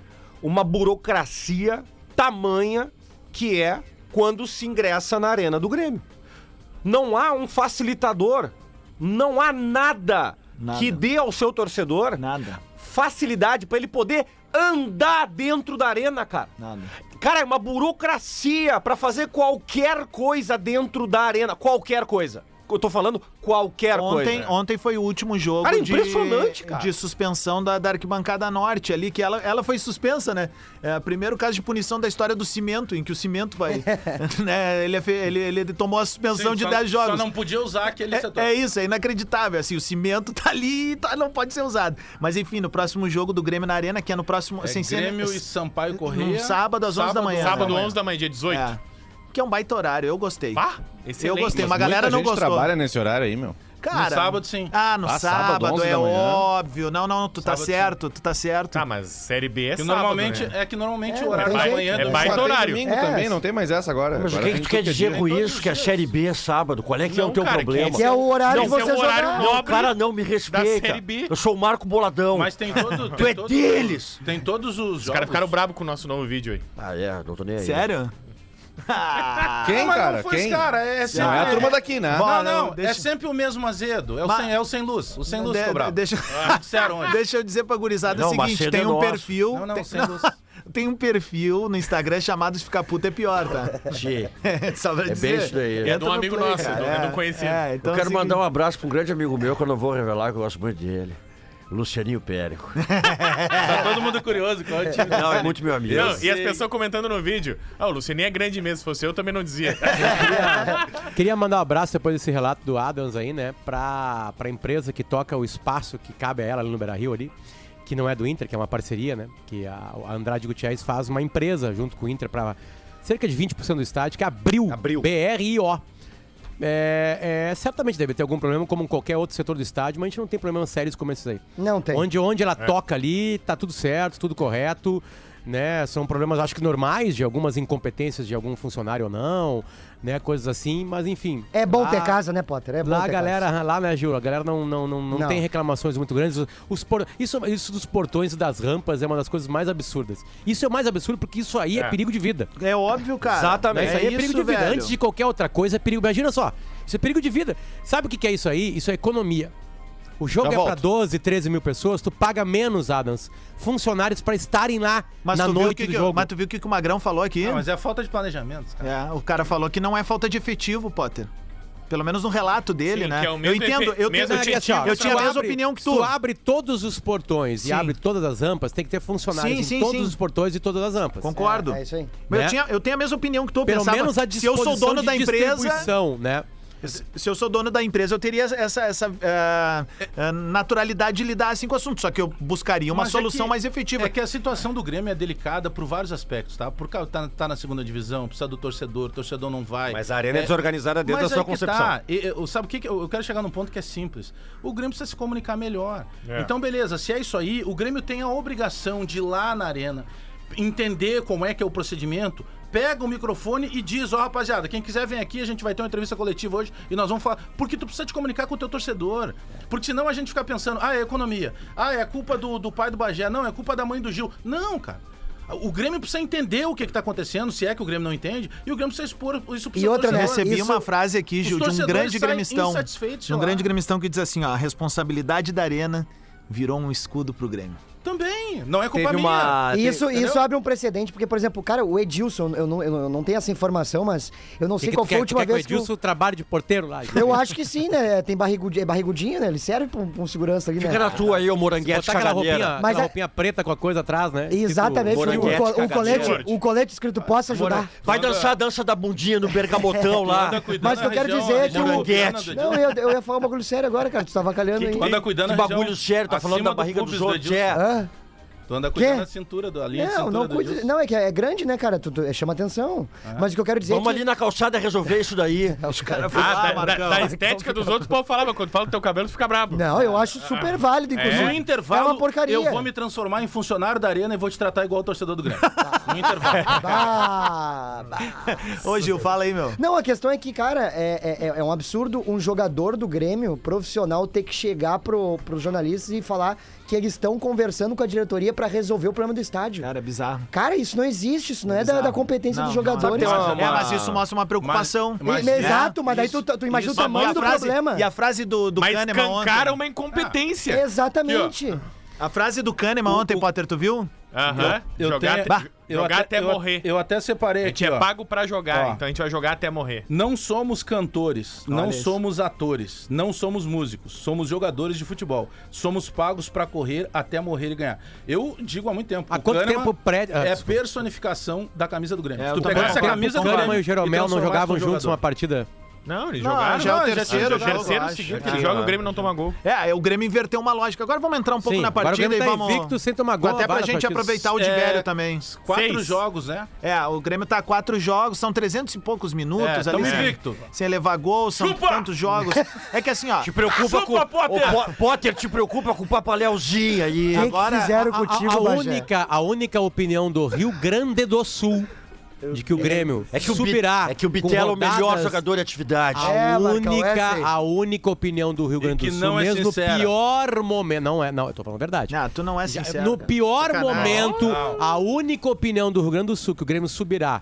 S11: uma burocracia tamanha que é quando se ingressa na arena do Grêmio. Não há um facilitador, não há nada,
S2: Nada.
S11: que dê ao seu torcedor
S2: Nada,
S11: facilidade pra ele poder andar dentro da arena, cara.
S2: nada.
S11: Cara, é uma burocracia pra fazer qualquer coisa dentro da arena, qualquer coisa. Eu tô falando qualquer
S2: Ontem,
S11: coisa.
S2: ontem foi o último jogo
S11: Cara,
S2: de,
S11: impressionante, cara.
S2: de suspensão da, da arquibancada norte ali, que ela, ela foi suspensa, né? É o primeiro caso de punição da história do Cimento, em que o Cimento vai... né? ele, é fe- ele, ele tomou a suspensão
S7: Sim,
S2: de
S7: só-
S2: dez jogos.
S7: Só não podia usar aquele setor.
S2: É, é isso, é inacreditável. Assim, o Cimento tá ali e tá, não pode ser usado. Mas enfim, no próximo jogo do Grêmio na Arena, que é no próximo...
S7: É
S2: sem ser-
S7: Grêmio e Sampaio Corrêa.
S2: Num sábado às onze da manhã,
S6: Sábado,
S2: né?
S6: onze da manhã, dia dezoito.
S2: É. Que é um baita horário, eu gostei.
S6: Ah,
S2: eu
S6: excelente.
S2: gostei,
S6: Mas
S2: uma galera
S8: Muita
S2: não
S8: gente
S2: gostou.
S8: trabalha nesse horário aí, meu.
S2: Cara,
S7: No sábado, sim.
S2: Ah, no
S8: Ah,
S2: sábado,
S8: sábado, onze
S2: é
S8: da manhã.
S2: óbvio. Não, não, tu tá
S7: Sábado, sim.
S2: certo, tu tá certo.
S6: Tá, mas Série B é
S7: Que
S6: sábado,
S7: normalmente,
S6: né?
S7: é que normalmente
S5: É,
S7: o horário
S5: não
S7: da
S5: tem
S7: manhã...
S6: jeito.
S7: do-
S6: É baita
S8: Só tem
S6: horário.
S8: domingo
S5: É.
S8: também, não tem mais essa agora.
S12: Mas o
S8: Agora
S12: que, que
S8: tem
S12: tu quer
S8: tudo
S12: dizer
S8: dia.
S12: com
S7: todos
S12: isso?
S7: os
S12: Que a
S7: dias.
S12: Série B é sábado? Qual é que é
S6: Não,
S12: o teu
S6: cara,
S12: problema?
S6: que
S5: Que é o horário
S6: Não,
S5: de
S6: que é
S5: você
S6: o horário
S5: jogar.
S6: nobre
S12: O cara não me respeita.
S6: Série B.
S12: Eu sou o Marco Boladão.
S7: Mas tem todo...
S12: Tu
S7: tem
S12: é
S7: todo-
S12: deles.
S7: Tem todos os
S6: Os caras ficaram bravos com o nosso novo vídeo aí.
S12: Ah, é, não tô nem aí.
S2: Sério?
S8: Quem,
S7: Mas
S8: cara?
S7: não foi
S8: Quem?
S7: esse cara, é sempre...
S8: Não é a turma daqui, né?
S7: Não,
S2: Não,
S7: não,
S2: deixa-
S7: é sempre o mesmo azedo. É o,
S2: Mas-
S7: sem, é o sem luz. O sem luz
S2: De-
S7: ficou bravo.
S2: deixa-
S7: Me disseram hoje.
S2: Deixa eu dizer pra gurizada
S12: Não,
S2: o seguinte,
S12: Macedo
S2: tem
S12: é
S2: um
S12: nosso.
S2: perfil...
S7: Não, não,
S2: tem,
S7: sem luz.
S2: tem um perfil no Instagram chamado Ficar Puto é Pior, tá?
S12: Tchê.
S2: Só pra
S12: É
S2: dizer.
S12: bem isso daí.
S6: É de um
S2: Entra no
S6: amigo
S2: play,
S6: nosso,
S2: cara.
S6: do-
S2: É,
S6: do conhecido.
S2: é, então
S12: Eu quero
S2: é o
S12: mandar um
S2: seguinte-
S12: abraço pra um grande amigo meu que eu não vou revelar, que eu gosto muito dele. Lucianinho Périco.
S6: Tá todo mundo curioso qual é o time.
S12: Não, é muito meu amigo.
S6: Não, e as pessoas comentando no vídeo. Ah, o Lucianinho é grande mesmo. Se fosse eu, também não dizia.
S3: Queria mandar um abraço depois desse relato do Adams aí, né? Pra, pra empresa que toca o espaço que cabe a ela ali no Beira-Rio ali. Que não é do Inter, que é uma parceria, né? Que a, a Andrade Gutierrez faz uma empresa junto com o Inter pra cerca de vinte por cento do estádio, que é Abril.
S11: Abril.
S3: B R I O. É, é, certamente deve ter algum problema, como em qualquer outro setor do estádio, mas a gente não tem problemas sérios como esses aí.
S5: Não tem.
S3: Onde, onde ela toca ali, tá tudo certo, tudo correto, né? São problemas, acho que normais, de algumas incompetências de algum funcionário ou não, né? Coisas assim, mas enfim.
S5: É bom
S3: lá,
S5: ter casa, né, Potter? É bom
S3: Lá a
S5: ter
S3: galera,
S5: casa.
S3: lá, né, Gil? A galera não, não, não, não,
S5: Não.
S3: tem reclamações muito grandes. Os, os por- isso, isso dos portões e das rampas é uma das coisas mais absurdas. Isso é o mais absurdo porque isso aí é,
S6: É.
S3: perigo de vida.
S2: É óbvio, cara.
S3: Exatamente. Isso aí é, perigo de vida.
S2: velho.
S3: Antes de qualquer outra coisa, é perigo. Imagina só, isso é perigo de vida. Sabe o que que é isso aí? Isso é economia. O jogo
S8: Já
S3: é
S8: volto.
S3: pra doze, treze mil pessoas, tu paga menos, Adams, funcionários pra estarem lá
S2: Mas
S3: na
S2: tu, viu o
S3: noite
S2: que
S3: do
S2: que,
S3: jogo.
S2: mas tu viu o que, que o Magrão falou aqui?
S7: Não, mas é falta de planejamento, cara.
S2: É, o cara falou que não é falta de efetivo, Potter. Pelo menos no relato dele,
S6: Sim,
S2: né?
S6: que é o
S2: eu
S6: mesmo
S2: entendo,
S6: efe-
S2: eu,
S6: mesmo
S2: tenho,
S3: É que assim, ó,
S2: eu
S3: se
S2: tinha a
S3: tu
S2: mesma
S3: abre-
S2: opinião que
S3: se
S2: tu.
S3: tu abre todos os portões
S2: Sim.
S3: e abre todas as rampas, tem que ter funcionários
S2: Sim,
S3: em
S2: sim,
S3: todos
S2: sim.
S3: os portões e todas as rampas.
S2: Concordo.
S5: É, é isso aí.
S2: Mas
S3: Né?
S2: eu, tinha, eu tenho a mesma opinião que tu. Eu
S3: Pelo
S2: pensava,
S3: menos a
S2: se eu sou dono
S3: disposição
S2: da
S3: de
S2: empresa,
S3: distribuição, né?
S2: se eu sou dono da empresa, eu teria essa, essa ah, ah, naturalidade de lidar assim com o assunto. Só que eu buscaria uma
S7: Mas é
S2: solução
S7: que-
S2: mais efetiva.
S7: É que a situação do Grêmio é delicada por vários aspectos, tá? Por causa tá, tá na segunda divisão, precisa do torcedor, o torcedor não vai.
S11: Mas a arena é desorganizada desde
S7: mas
S11: a sua
S7: aí que
S11: concepção.
S7: Tá. E, eu- sabe o que, que eu eu quero chegar num ponto que é simples. O Grêmio precisa se comunicar melhor.
S6: É.
S7: Então, beleza, se é isso aí, o Grêmio tem a obrigação de ir lá na arena, entender como é que é o procedimento, pega o microfone e diz, ó, rapaziada, quem quiser vem aqui, a gente vai ter uma entrevista coletiva hoje e nós vamos falar. Porque tu precisa te comunicar com o teu torcedor. Porque senão a gente fica pensando, ah, é economia. Ah, é culpa do, do pai do Bagé. Não, é culpa da mãe do Gil. Não, cara. O Grêmio precisa entender o que está acontecendo, se é que o Grêmio não entende, e o Grêmio precisa expor isso pro
S2: E
S7: seu
S2: outra, né?
S7: torcedor.
S2: Recebi
S5: Isso-
S2: uma frase aqui,
S7: os
S2: Gil, de um
S7: torcedores
S2: grande
S7: saem
S2: gremistão.
S7: insatisfeitos
S2: De um
S7: de lá.
S2: grande gremistão que diz assim, ó, a responsabilidade da arena virou um escudo pro Grêmio.
S7: Também, não é culpa
S11: Teve
S7: minha.
S11: uma-
S5: E isso,
S7: entendeu?
S5: isso abre um precedente, porque, por exemplo, cara, o Edilson, eu não, eu não, eu não tenho essa informação, mas eu não
S3: Que
S5: sei
S3: que
S5: qual
S3: tu
S5: foi a
S3: quer? Tu
S5: última
S3: quer que o
S5: vez que. o-
S3: Edilson trabalhe de porteiro lá?
S5: Eu acho que sim, né? Tem barrigudinho, é barrigudinho, né? Ele serve pra um, pra um segurança ali,
S12: Fica
S5: né?
S12: na tua aí, ô moranguete
S3: Botar aquela roupinha,
S12: caganeira.
S3: aquela
S5: Mas é-
S3: roupinha preta com a coisa atrás, né?
S5: Exatamente,
S3: Escrito
S5: o,
S12: moranguete,
S5: co- o,
S12: caganeira.
S5: colete, o colete escrito possa ajudar.
S12: Vai dançar a dança da bundinha no bergamotão lá.
S7: Anda cuidando
S5: Mas o que eu
S7: da
S5: quero
S7: região,
S5: dizer é
S7: a
S5: que o.
S7: região
S12: Moranguete.
S7: urbana do
S5: Não, eu, eu ia falar um bagulho sério agora, cara. Tu tava calhando aí.
S7: Tu anda cuidando
S12: Que
S7: da região
S12: bagulho sério, tá falando
S7: acima
S12: da
S7: do
S12: barriga
S7: pubis
S12: dos
S7: do
S12: outros.
S7: Edilson.
S12: É.
S5: Hã?
S7: Tu anda cuidando
S5: Quê?
S7: da cintura, da linha de
S5: Não,
S7: cintura
S5: não
S7: do
S5: cuida.
S7: Edilson.
S5: Não, é que é grande, né, cara? Tu, tu- chama atenção. Mas o que eu quero dizer
S12: Vamos
S5: é que.
S12: ali na calçada resolver isso daí.
S5: Os caras
S6: Ah, da, da- da estética dos outros, pode falar, mas quando fala do teu cabelo, tu fica brabo.
S5: Não, eu acho super válido, inclusive.
S7: No intervalo,
S5: é uma porcaria.
S7: eu vou me transformar em funcionário da arena e vou te tratar igual o torcedor do Grêmio. No intervalo.
S5: Bah, bah.
S2: Ô, Gil, fala aí, meu.
S5: Não, a questão é que, cara, é, é, é um absurdo um jogador do Grêmio profissional ter que chegar pro, pros jornalistas e falar que eles estão conversando com a diretoria pra resolver o problema do estádio.
S2: Cara, é bizarro.
S5: Cara, isso não existe, isso não é, da, da competência
S2: Não,
S5: dos
S2: não,
S5: jogadores.
S2: não,
S7: Sabe, tem
S2: É,
S7: uma-
S2: mas isso mostra uma preocupação.
S7: Mas-
S5: E-
S7: mas-
S5: Exato, mas daí
S7: isso-
S5: tu, tu imagina
S7: isso-
S5: o tamanho
S2: E a
S5: do
S2: frase-
S5: problema.
S2: E a frase do, do
S6: Mas
S2: Kahneman
S6: escancara
S2: ontem.
S6: uma incompetência.
S5: Exatamente.
S2: A frase do Kahneman ontem, Potter, tu viu?
S6: Aham.
S7: Eu
S6: Jogar,
S7: tenho-
S6: até,
S7: eu
S6: jogar até,
S7: eu-
S6: morrer.
S7: Eu até separei
S6: A gente
S7: aqui,
S6: é
S7: ó.
S6: pago pra jogar,
S7: Ó.
S6: então a gente vai jogar até morrer.
S7: Não somos cantores,
S2: Olha
S7: não
S2: isso.
S7: somos atores, não somos músicos, somos jogadores de futebol. Somos pagos pra correr até morrer e ganhar. Eu digo há muito tempo.
S3: Há
S7: o
S3: quanto
S7: Kahneman
S3: tempo pré... ah,
S7: é
S3: desculpa.
S7: personificação da camisa do Grêmio.
S2: É,
S7: Se
S2: eu
S7: tu
S2: também
S7: pegasse a
S2: concordo.
S7: camisa
S3: O
S7: do
S3: Kahneman
S7: Grêmio
S3: e o Jeromel
S7: e
S3: não
S7: transformasse
S3: jogavam
S7: num
S3: juntos
S7: jogador.
S3: uma partida?
S6: Não, eles
S2: Não,
S6: jogaram.
S2: já é o
S7: Não, já-
S2: terceiro
S7: já-
S2: jogo,
S6: terceiro
S2: eu acho.
S6: seguinte,
S2: É.
S6: ele joga, o Grêmio não toma gol.
S2: É, o Grêmio inverteu uma lógica. Agora vamos entrar um pouco
S3: Sim,
S2: na
S3: agora o
S2: partida
S3: Grêmio
S2: e
S3: tá
S2: vamos...
S3: invicto sem tomar gol.
S2: Até pra
S3: várias
S2: gente
S3: partidas.
S2: aproveitar o de
S7: É,
S2: velho também.
S7: Quatro
S6: Seis.
S7: jogos, né?
S2: É, o Grêmio tá quatro jogos, são trezentos e poucos minutos
S7: É,
S2: ali.
S7: tamo
S2: sem-
S7: invicto.
S2: Sem levar gol, são
S6: Chupa!
S2: tantos jogos. É que assim, ó...
S12: Te preocupa
S6: Chupa,
S12: com...
S6: Potter!
S12: Ô, Po- Potter, te preocupa com o Papaléuzinho aí.
S5: O que,
S2: Agora,
S5: que fizeram
S3: A- a-
S5: contigo,
S3: a,
S5: Bagé?
S3: única, a única opinião do Rio Grande do Sul de que o Grêmio
S12: É que o, Bi-
S3: subirá
S12: é que o
S3: com
S12: Bitelo é o melhor
S3: rodadas-
S12: jogador de atividade.
S3: A
S5: É, Marcão,
S3: única,
S5: essa aí.
S3: a única opinião do Rio Grande
S7: que
S3: do Sul,
S7: não é
S3: mesmo no
S7: sincera.
S3: pior momento, não é, não, eu tô falando a verdade.
S2: Ah, tu não é
S3: Já-
S2: sincero.
S3: no
S2: cara.
S3: pior
S2: Sacanagem.
S3: momento, a única opinião do Rio Grande do Sul que o Grêmio subirá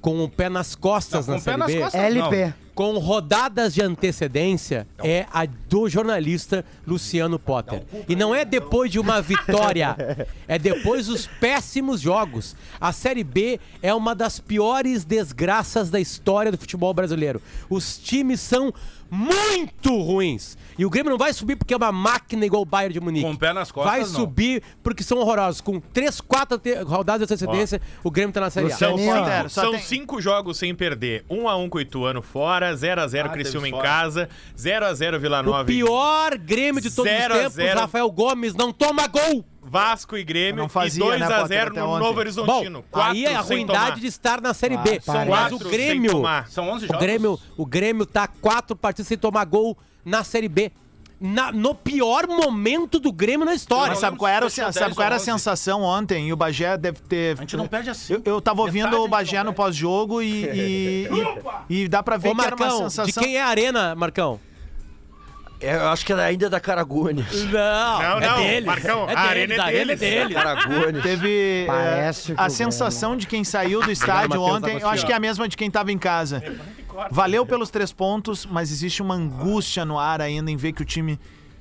S3: com o pé nas costas
S7: Não,
S3: na
S7: com o pé
S3: Série
S7: nas
S3: B,
S7: costas,
S5: L P.
S3: com rodadas de antecedência, é a do jornalista Luciano Potter. E não é depois de uma vitória, é depois dos péssimos jogos. A Série B é uma das piores desgraças da história do futebol brasileiro. Os times são muito ruins. E o Grêmio não vai subir porque é uma máquina igual o Bayern de Munique.
S7: Com o pé nas costas,
S3: vai
S7: não.
S3: subir porque são horrorosos. Com três, quatro te- rodadas de antecedência, o Grêmio tá na Série A.
S6: São,
S5: Lucianinho,
S6: cinco,
S2: ó. Só
S6: são
S2: tem-
S6: cinco jogos sem perder. um a um com o Ituano fora, zero a zero
S7: Ah,
S6: Criciúma
S7: teve
S6: em
S7: fora.
S6: casa, zero a zero Vila Nova.
S3: O pior Grêmio de todos os
S6: zero a
S3: tempos,
S6: zero.
S3: Rafael Gomes, não toma gol!
S6: Vasco e Grêmio
S2: Não fazia,
S6: e dois
S2: né,
S6: a
S2: Potter,
S6: zero
S2: até
S6: no
S2: ontem.
S6: Novo Horizontino.
S3: Bom, aí é a
S6: sem
S3: ruindade
S6: tomar.
S3: de estar na Série
S5: Ah,
S3: B.
S5: parece.
S3: Mas o
S6: Quatro sem
S3: Grêmio,
S6: tomar.
S7: São onze
S3: o
S7: jogos.
S3: Grêmio, o Grêmio tá quatro partidas sem tomar gol na Série B. Na- no pior momento do Grêmio na história.
S2: Mas sabe qual era, o-
S7: Se fosse
S2: sabe qual era a
S7: dez ou onze.
S2: sensação ontem? E o Bagé deve ter...
S7: A gente não perde assim.
S2: Eu, eu tava ouvindo
S7: Metade
S2: o
S7: a
S2: Bagé
S7: gente não
S2: no
S7: perde.
S2: pós-jogo e, e, e, e dá pra ver
S3: Ô,
S2: que era uma
S3: Marcão,
S2: sensação...
S3: de quem é a arena, Marcão?
S12: É, eu acho que era ainda da Caragone.
S3: Não,
S6: Não,
S3: é
S6: não,
S3: deles.
S6: Marcão,
S3: é
S6: a
S3: deles,
S6: arena é
S3: a arena é
S6: deles.
S3: deles.
S12: Caragone.
S2: Teve
S5: Parece
S2: eh,
S5: que
S2: a
S5: o
S2: sensação de quem saiu do estádio
S3: Matheus
S2: ontem, eu
S3: Agostinho.
S2: acho que é a mesma de quem tava em casa. Valeu pelos três pontos, mas existe uma angústia no ar ainda em ver que o time...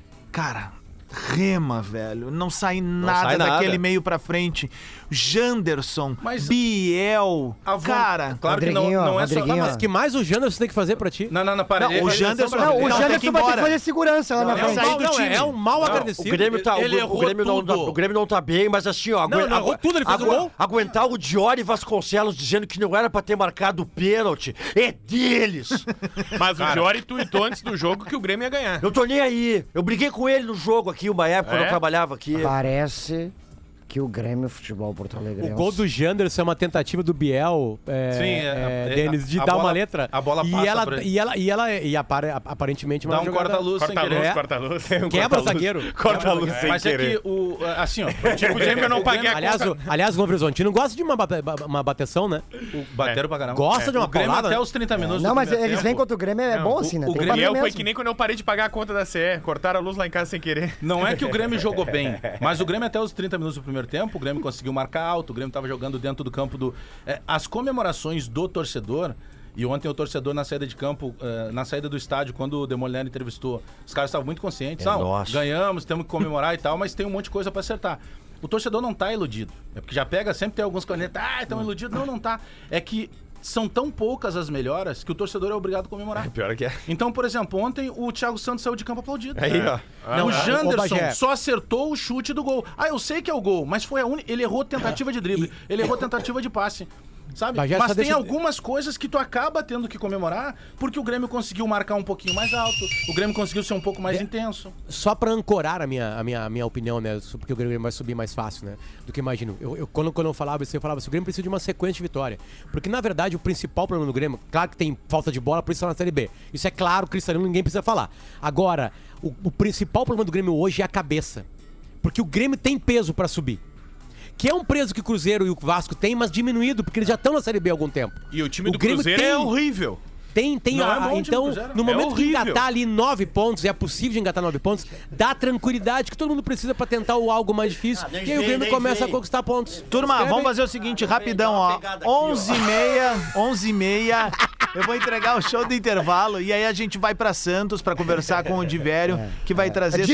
S2: Cara, rema, velho. Não sai nada
S11: sai nada.
S2: daquele meio pra frente. Janderson,
S7: Mas-
S2: Biel,
S7: A von-
S2: cara...
S7: Claro que não,
S5: Rodriguinho,
S7: não é só...
S5: Rodriguinho.
S3: Mas que mais o Janderson tem que fazer pra ti?
S7: Não, não, não, para.
S2: Não, o Janderson-
S5: Não, o
S2: Não, tem que
S5: Janderson
S2: ir
S5: vai ter que
S2: embora.
S5: fazer segurança lá na
S3: É um
S2: Vai
S5: frente.
S2: sair
S3: mal,
S2: do
S3: não,
S2: time.
S3: é um mal
S12: O
S3: agradecido.
S12: Grêmio, tá,
S7: Ele
S12: o,
S7: errou
S12: o, Grêmio não,
S7: tudo.
S12: o Grêmio não tá bem, mas assim, ó.
S3: Não,
S12: aguen-
S3: não errou tudo, ele fez o gol.
S12: Aguentar o Diori Vasconcelos dizendo que não era pra ter marcado o pênalti. É deles!
S6: Mas o Diori tuitou antes do jogo que o Grêmio ia ganhar.
S12: Eu tô nem aí. Eu briguei com ele no jogo aqui, uma época, quando
S6: É?
S12: eu trabalhava aqui.
S5: Parece que o Grêmio Futebol Porto Alegre
S3: O gol do Janderson é uma tentativa do Biel, é,
S7: Sim, é,
S3: é,
S7: é,
S3: Denis, de
S7: a
S3: dar
S7: bola-
S3: uma letra.
S7: a bola
S3: e
S7: passa
S3: ela,
S7: por ele.
S3: e ela E ela, e apare- aparentemente
S7: Dá
S3: uma
S7: um
S3: jogada-
S7: corta-luz sem
S6: Corta-luz,
S7: querer.
S6: corta-luz.
S3: Quebra o zagueiro.
S6: Corta-luz sem
S7: Mas é
S6: querer.
S7: que o... Assim, ó.
S6: Tipo, o Grêmio eu não paguei a
S3: Aliás,
S6: conta.
S3: o, aliás, o Novo Horizontino gosta de uma, bate- uma bateção, né?
S7: Bateram pra caramba.
S3: Gosta de uma
S7: O Grêmio
S3: paulada,
S7: até
S3: né?
S7: os trinta minutos
S5: Não,
S7: do
S5: mas
S7: primeiro
S5: eles
S7: tempo,
S5: vêm contra o Grêmio, é
S6: Não,
S5: bom
S6: o-
S5: assim, né?
S7: o
S5: Tem que
S7: Grêmio
S5: bater
S6: E eu foi
S5: mesmo.
S6: que nem quando eu parei de pagar a conta da C E. Cortaram a luz lá em casa sem querer.
S7: Não é que o Grêmio jogou bem, mas o Grêmio até os trinta minutos do primeiro tempo, o Grêmio conseguiu marcar alto, o Grêmio estava jogando dentro do campo do... É, as comemorações do torcedor, e ontem o torcedor na saída de campo, eh, na saída do estádio, quando o Demoliner entrevistou, os caras estavam muito conscientes.
S12: É
S7: Não,
S12: nosso.
S7: ganhamos, temos que comemorar e tal, mas tem um monte de coisa para acertar. O torcedor não tá iludido. É porque já pega, sempre tem alguns cornetas, ah, estão iludidos. Não, não tá. É que são tão poucas as melhoras que o torcedor é obrigado a comemorar.
S11: Pior que é.
S7: Então, por exemplo, ontem o Thiago Santos saiu de campo aplaudido.
S11: Aí, ó.
S7: Não, o
S3: Ô,
S7: Janderson
S3: Bagé.
S7: só acertou o chute do gol. Ah, eu sei que é o gol, mas foi a única. Ele errou tentativa de drible, ele errou tentativa de passe. Sabe?
S3: Bagé,
S7: Mas
S3: só
S7: tem
S3: deixa-
S7: algumas coisas que tu acaba tendo que comemorar porque o Grêmio conseguiu marcar um pouquinho mais alto, o Grêmio conseguiu ser um pouco mais intenso.
S3: Só pra ancorar a minha, a minha, a minha opinião, né? Porque o Grêmio vai subir mais fácil, né? Do que eu imagino. Eu, eu- quando, quando eu falava isso, eu falava assim, o Grêmio precisa de uma sequência de vitória. Porque, na verdade, o principal problema do Grêmio, claro que tem falta de bola, por isso tá na Série B. Isso é claro, cristalino, ninguém precisa falar. Agora, o, o principal problema do Grêmio hoje é a cabeça. Porque o Grêmio tem peso pra subir. Que é um peso que o Cruzeiro e o Vasco têm, mas diminuído, porque eles já estão na Série B há algum tempo.
S6: E o time do
S3: Grêmio
S6: Cruzeiro
S3: tem-
S6: é horrível.
S3: Tem, tem
S7: Não
S3: a,
S7: é bom o time
S3: então,
S7: do Cruzeiro.
S3: no
S6: É
S3: momento que
S6: horrível.
S3: engatar ali nove pontos, e é possível de engatar nove pontos, dá tranquilidade que todo mundo precisa pra tentar o algo mais difícil.
S12: nem
S3: e aí o
S12: vem,
S3: Grêmio
S12: nem
S3: começa
S12: vem.
S3: a conquistar pontos.
S2: Turma,
S3: Escreve
S2: vamos
S3: aí.
S2: fazer o seguinte, rapidão,
S12: Dá uma
S2: ó.
S12: pegada aqui, ó.
S2: onze e meia, onze e meia, eu vou entregar o show do intervalo e aí a gente vai pra Santos pra conversar com o Divério, que vai trazer...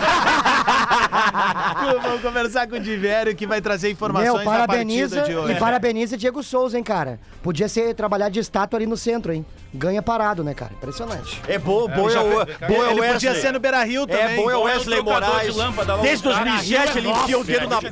S2: Vamos conversar com o Divério, que vai trazer informações
S5: Meu,
S2: da partida
S5: parabeniza
S2: de hoje.
S5: e parabeniza Diego Souza, hein, cara. Podia ser trabalhar de estátua ali no centro, hein. Ganha parado, né, cara? Impressionante.
S12: É bom, bom é o, bom é o
S2: Ele
S12: Wesley.
S2: podia ser no Beira-Rio também.
S12: É bom é o Wesley
S7: trocador
S12: Moraes.
S7: de lâmpada lá,
S12: Desde
S7: o
S12: dois mil e sete ele enfia o dedo na...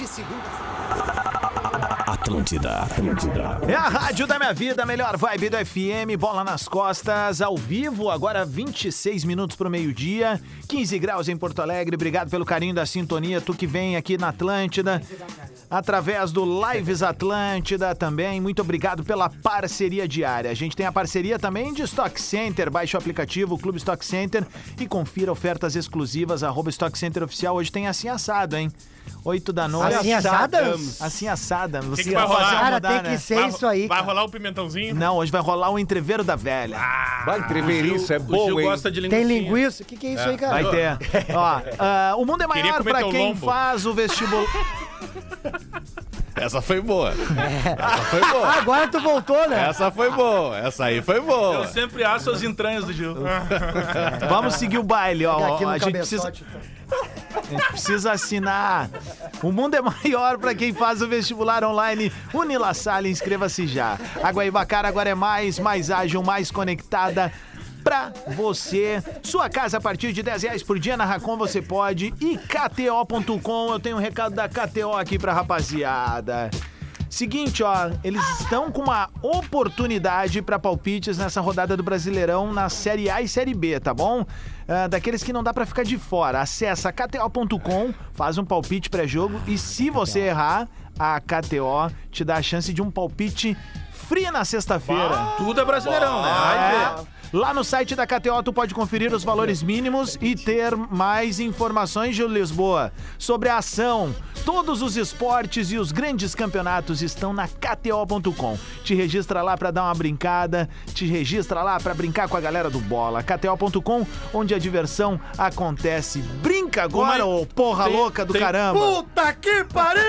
S1: Atlântida, Atlântida.
S2: É a rádio da minha vida, a melhor vibe do F M, bola nas costas, ao vivo, agora vinte e seis minutos pro meio-dia, quinze graus em Porto Alegre, obrigado pelo carinho da sintonia, tu que vem aqui na Atlântida, através do Lives Atlântida também, muito obrigado pela parceria diária. A gente tem a parceria também de Stock Center, baixe o aplicativo Clube Stock Center e confira ofertas exclusivas, arroba Stock Center Oficial, hoje tem assim assado, hein? oito da noite.
S5: Assim assada?
S2: Assim assada. Você
S6: que vai rolar?
S5: Cara,
S2: mudar,
S5: tem que
S2: né?
S5: ser
S6: Vai-
S5: isso aí,
S6: Vai
S5: cara.
S6: rolar o pimentãozinho?
S2: Não, hoje vai rolar o entreveiro da velha.
S11: Vai, entreveriço, é
S7: O
S11: bom,
S7: Gil
S11: hein?
S7: gosta de linguiça.
S5: Tem linguiça? O que, que é isso aí, cara?
S2: Vai ter. Ó, ah, o mundo é
S6: Queria
S2: maior
S6: comer
S2: pra
S6: teu
S2: quem
S6: lombo.
S2: faz o vestibular.
S8: Essa foi boa.
S5: É.
S8: Essa foi boa.
S5: Agora tu voltou, né?
S8: Essa foi boa. Essa aí foi boa.
S6: Eu sempre aço as entranhas do Gil.
S2: Vamos seguir o baile, ó.
S5: Aqui no
S2: A gente precisa,
S5: cabeçote.
S2: a gente precisa assinar. O mundo é maior para quem faz o vestibular online. Unila Salle, inscreva-se já. A Guaibacara agora é mais, mais ágil, mais conectada. Pra você, sua casa a partir de dez reais por dia na Racon você pode. E K T O ponto com, eu tenho um recado da K T O aqui pra rapaziada. Seguinte, ó, eles estão com uma oportunidade pra palpites nessa rodada do Brasileirão na Série A e Série B, tá bom? Ah, daqueles que não dá pra ficar de fora. Acessa K T O ponto com, faz um palpite pré-jogo e se você errar, a K T O te dá a chance de um palpite free na sexta-feira.
S6: Tudo é Brasileirão, né? Vai ver.
S2: Lá no site da K T O tu pode conferir os valores mínimos e ter mais informações, Gil Lisboa, sobre a ação. Todos os esportes e os grandes campeonatos estão na K T O ponto com. Te registra lá pra dar uma brincada, te registra lá pra brincar com a galera do Bola. K T O ponto com, onde a diversão acontece. Brinca agora, ô porra
S6: tem,
S2: louca do
S6: tem...
S2: caramba.
S5: Puta que pariu!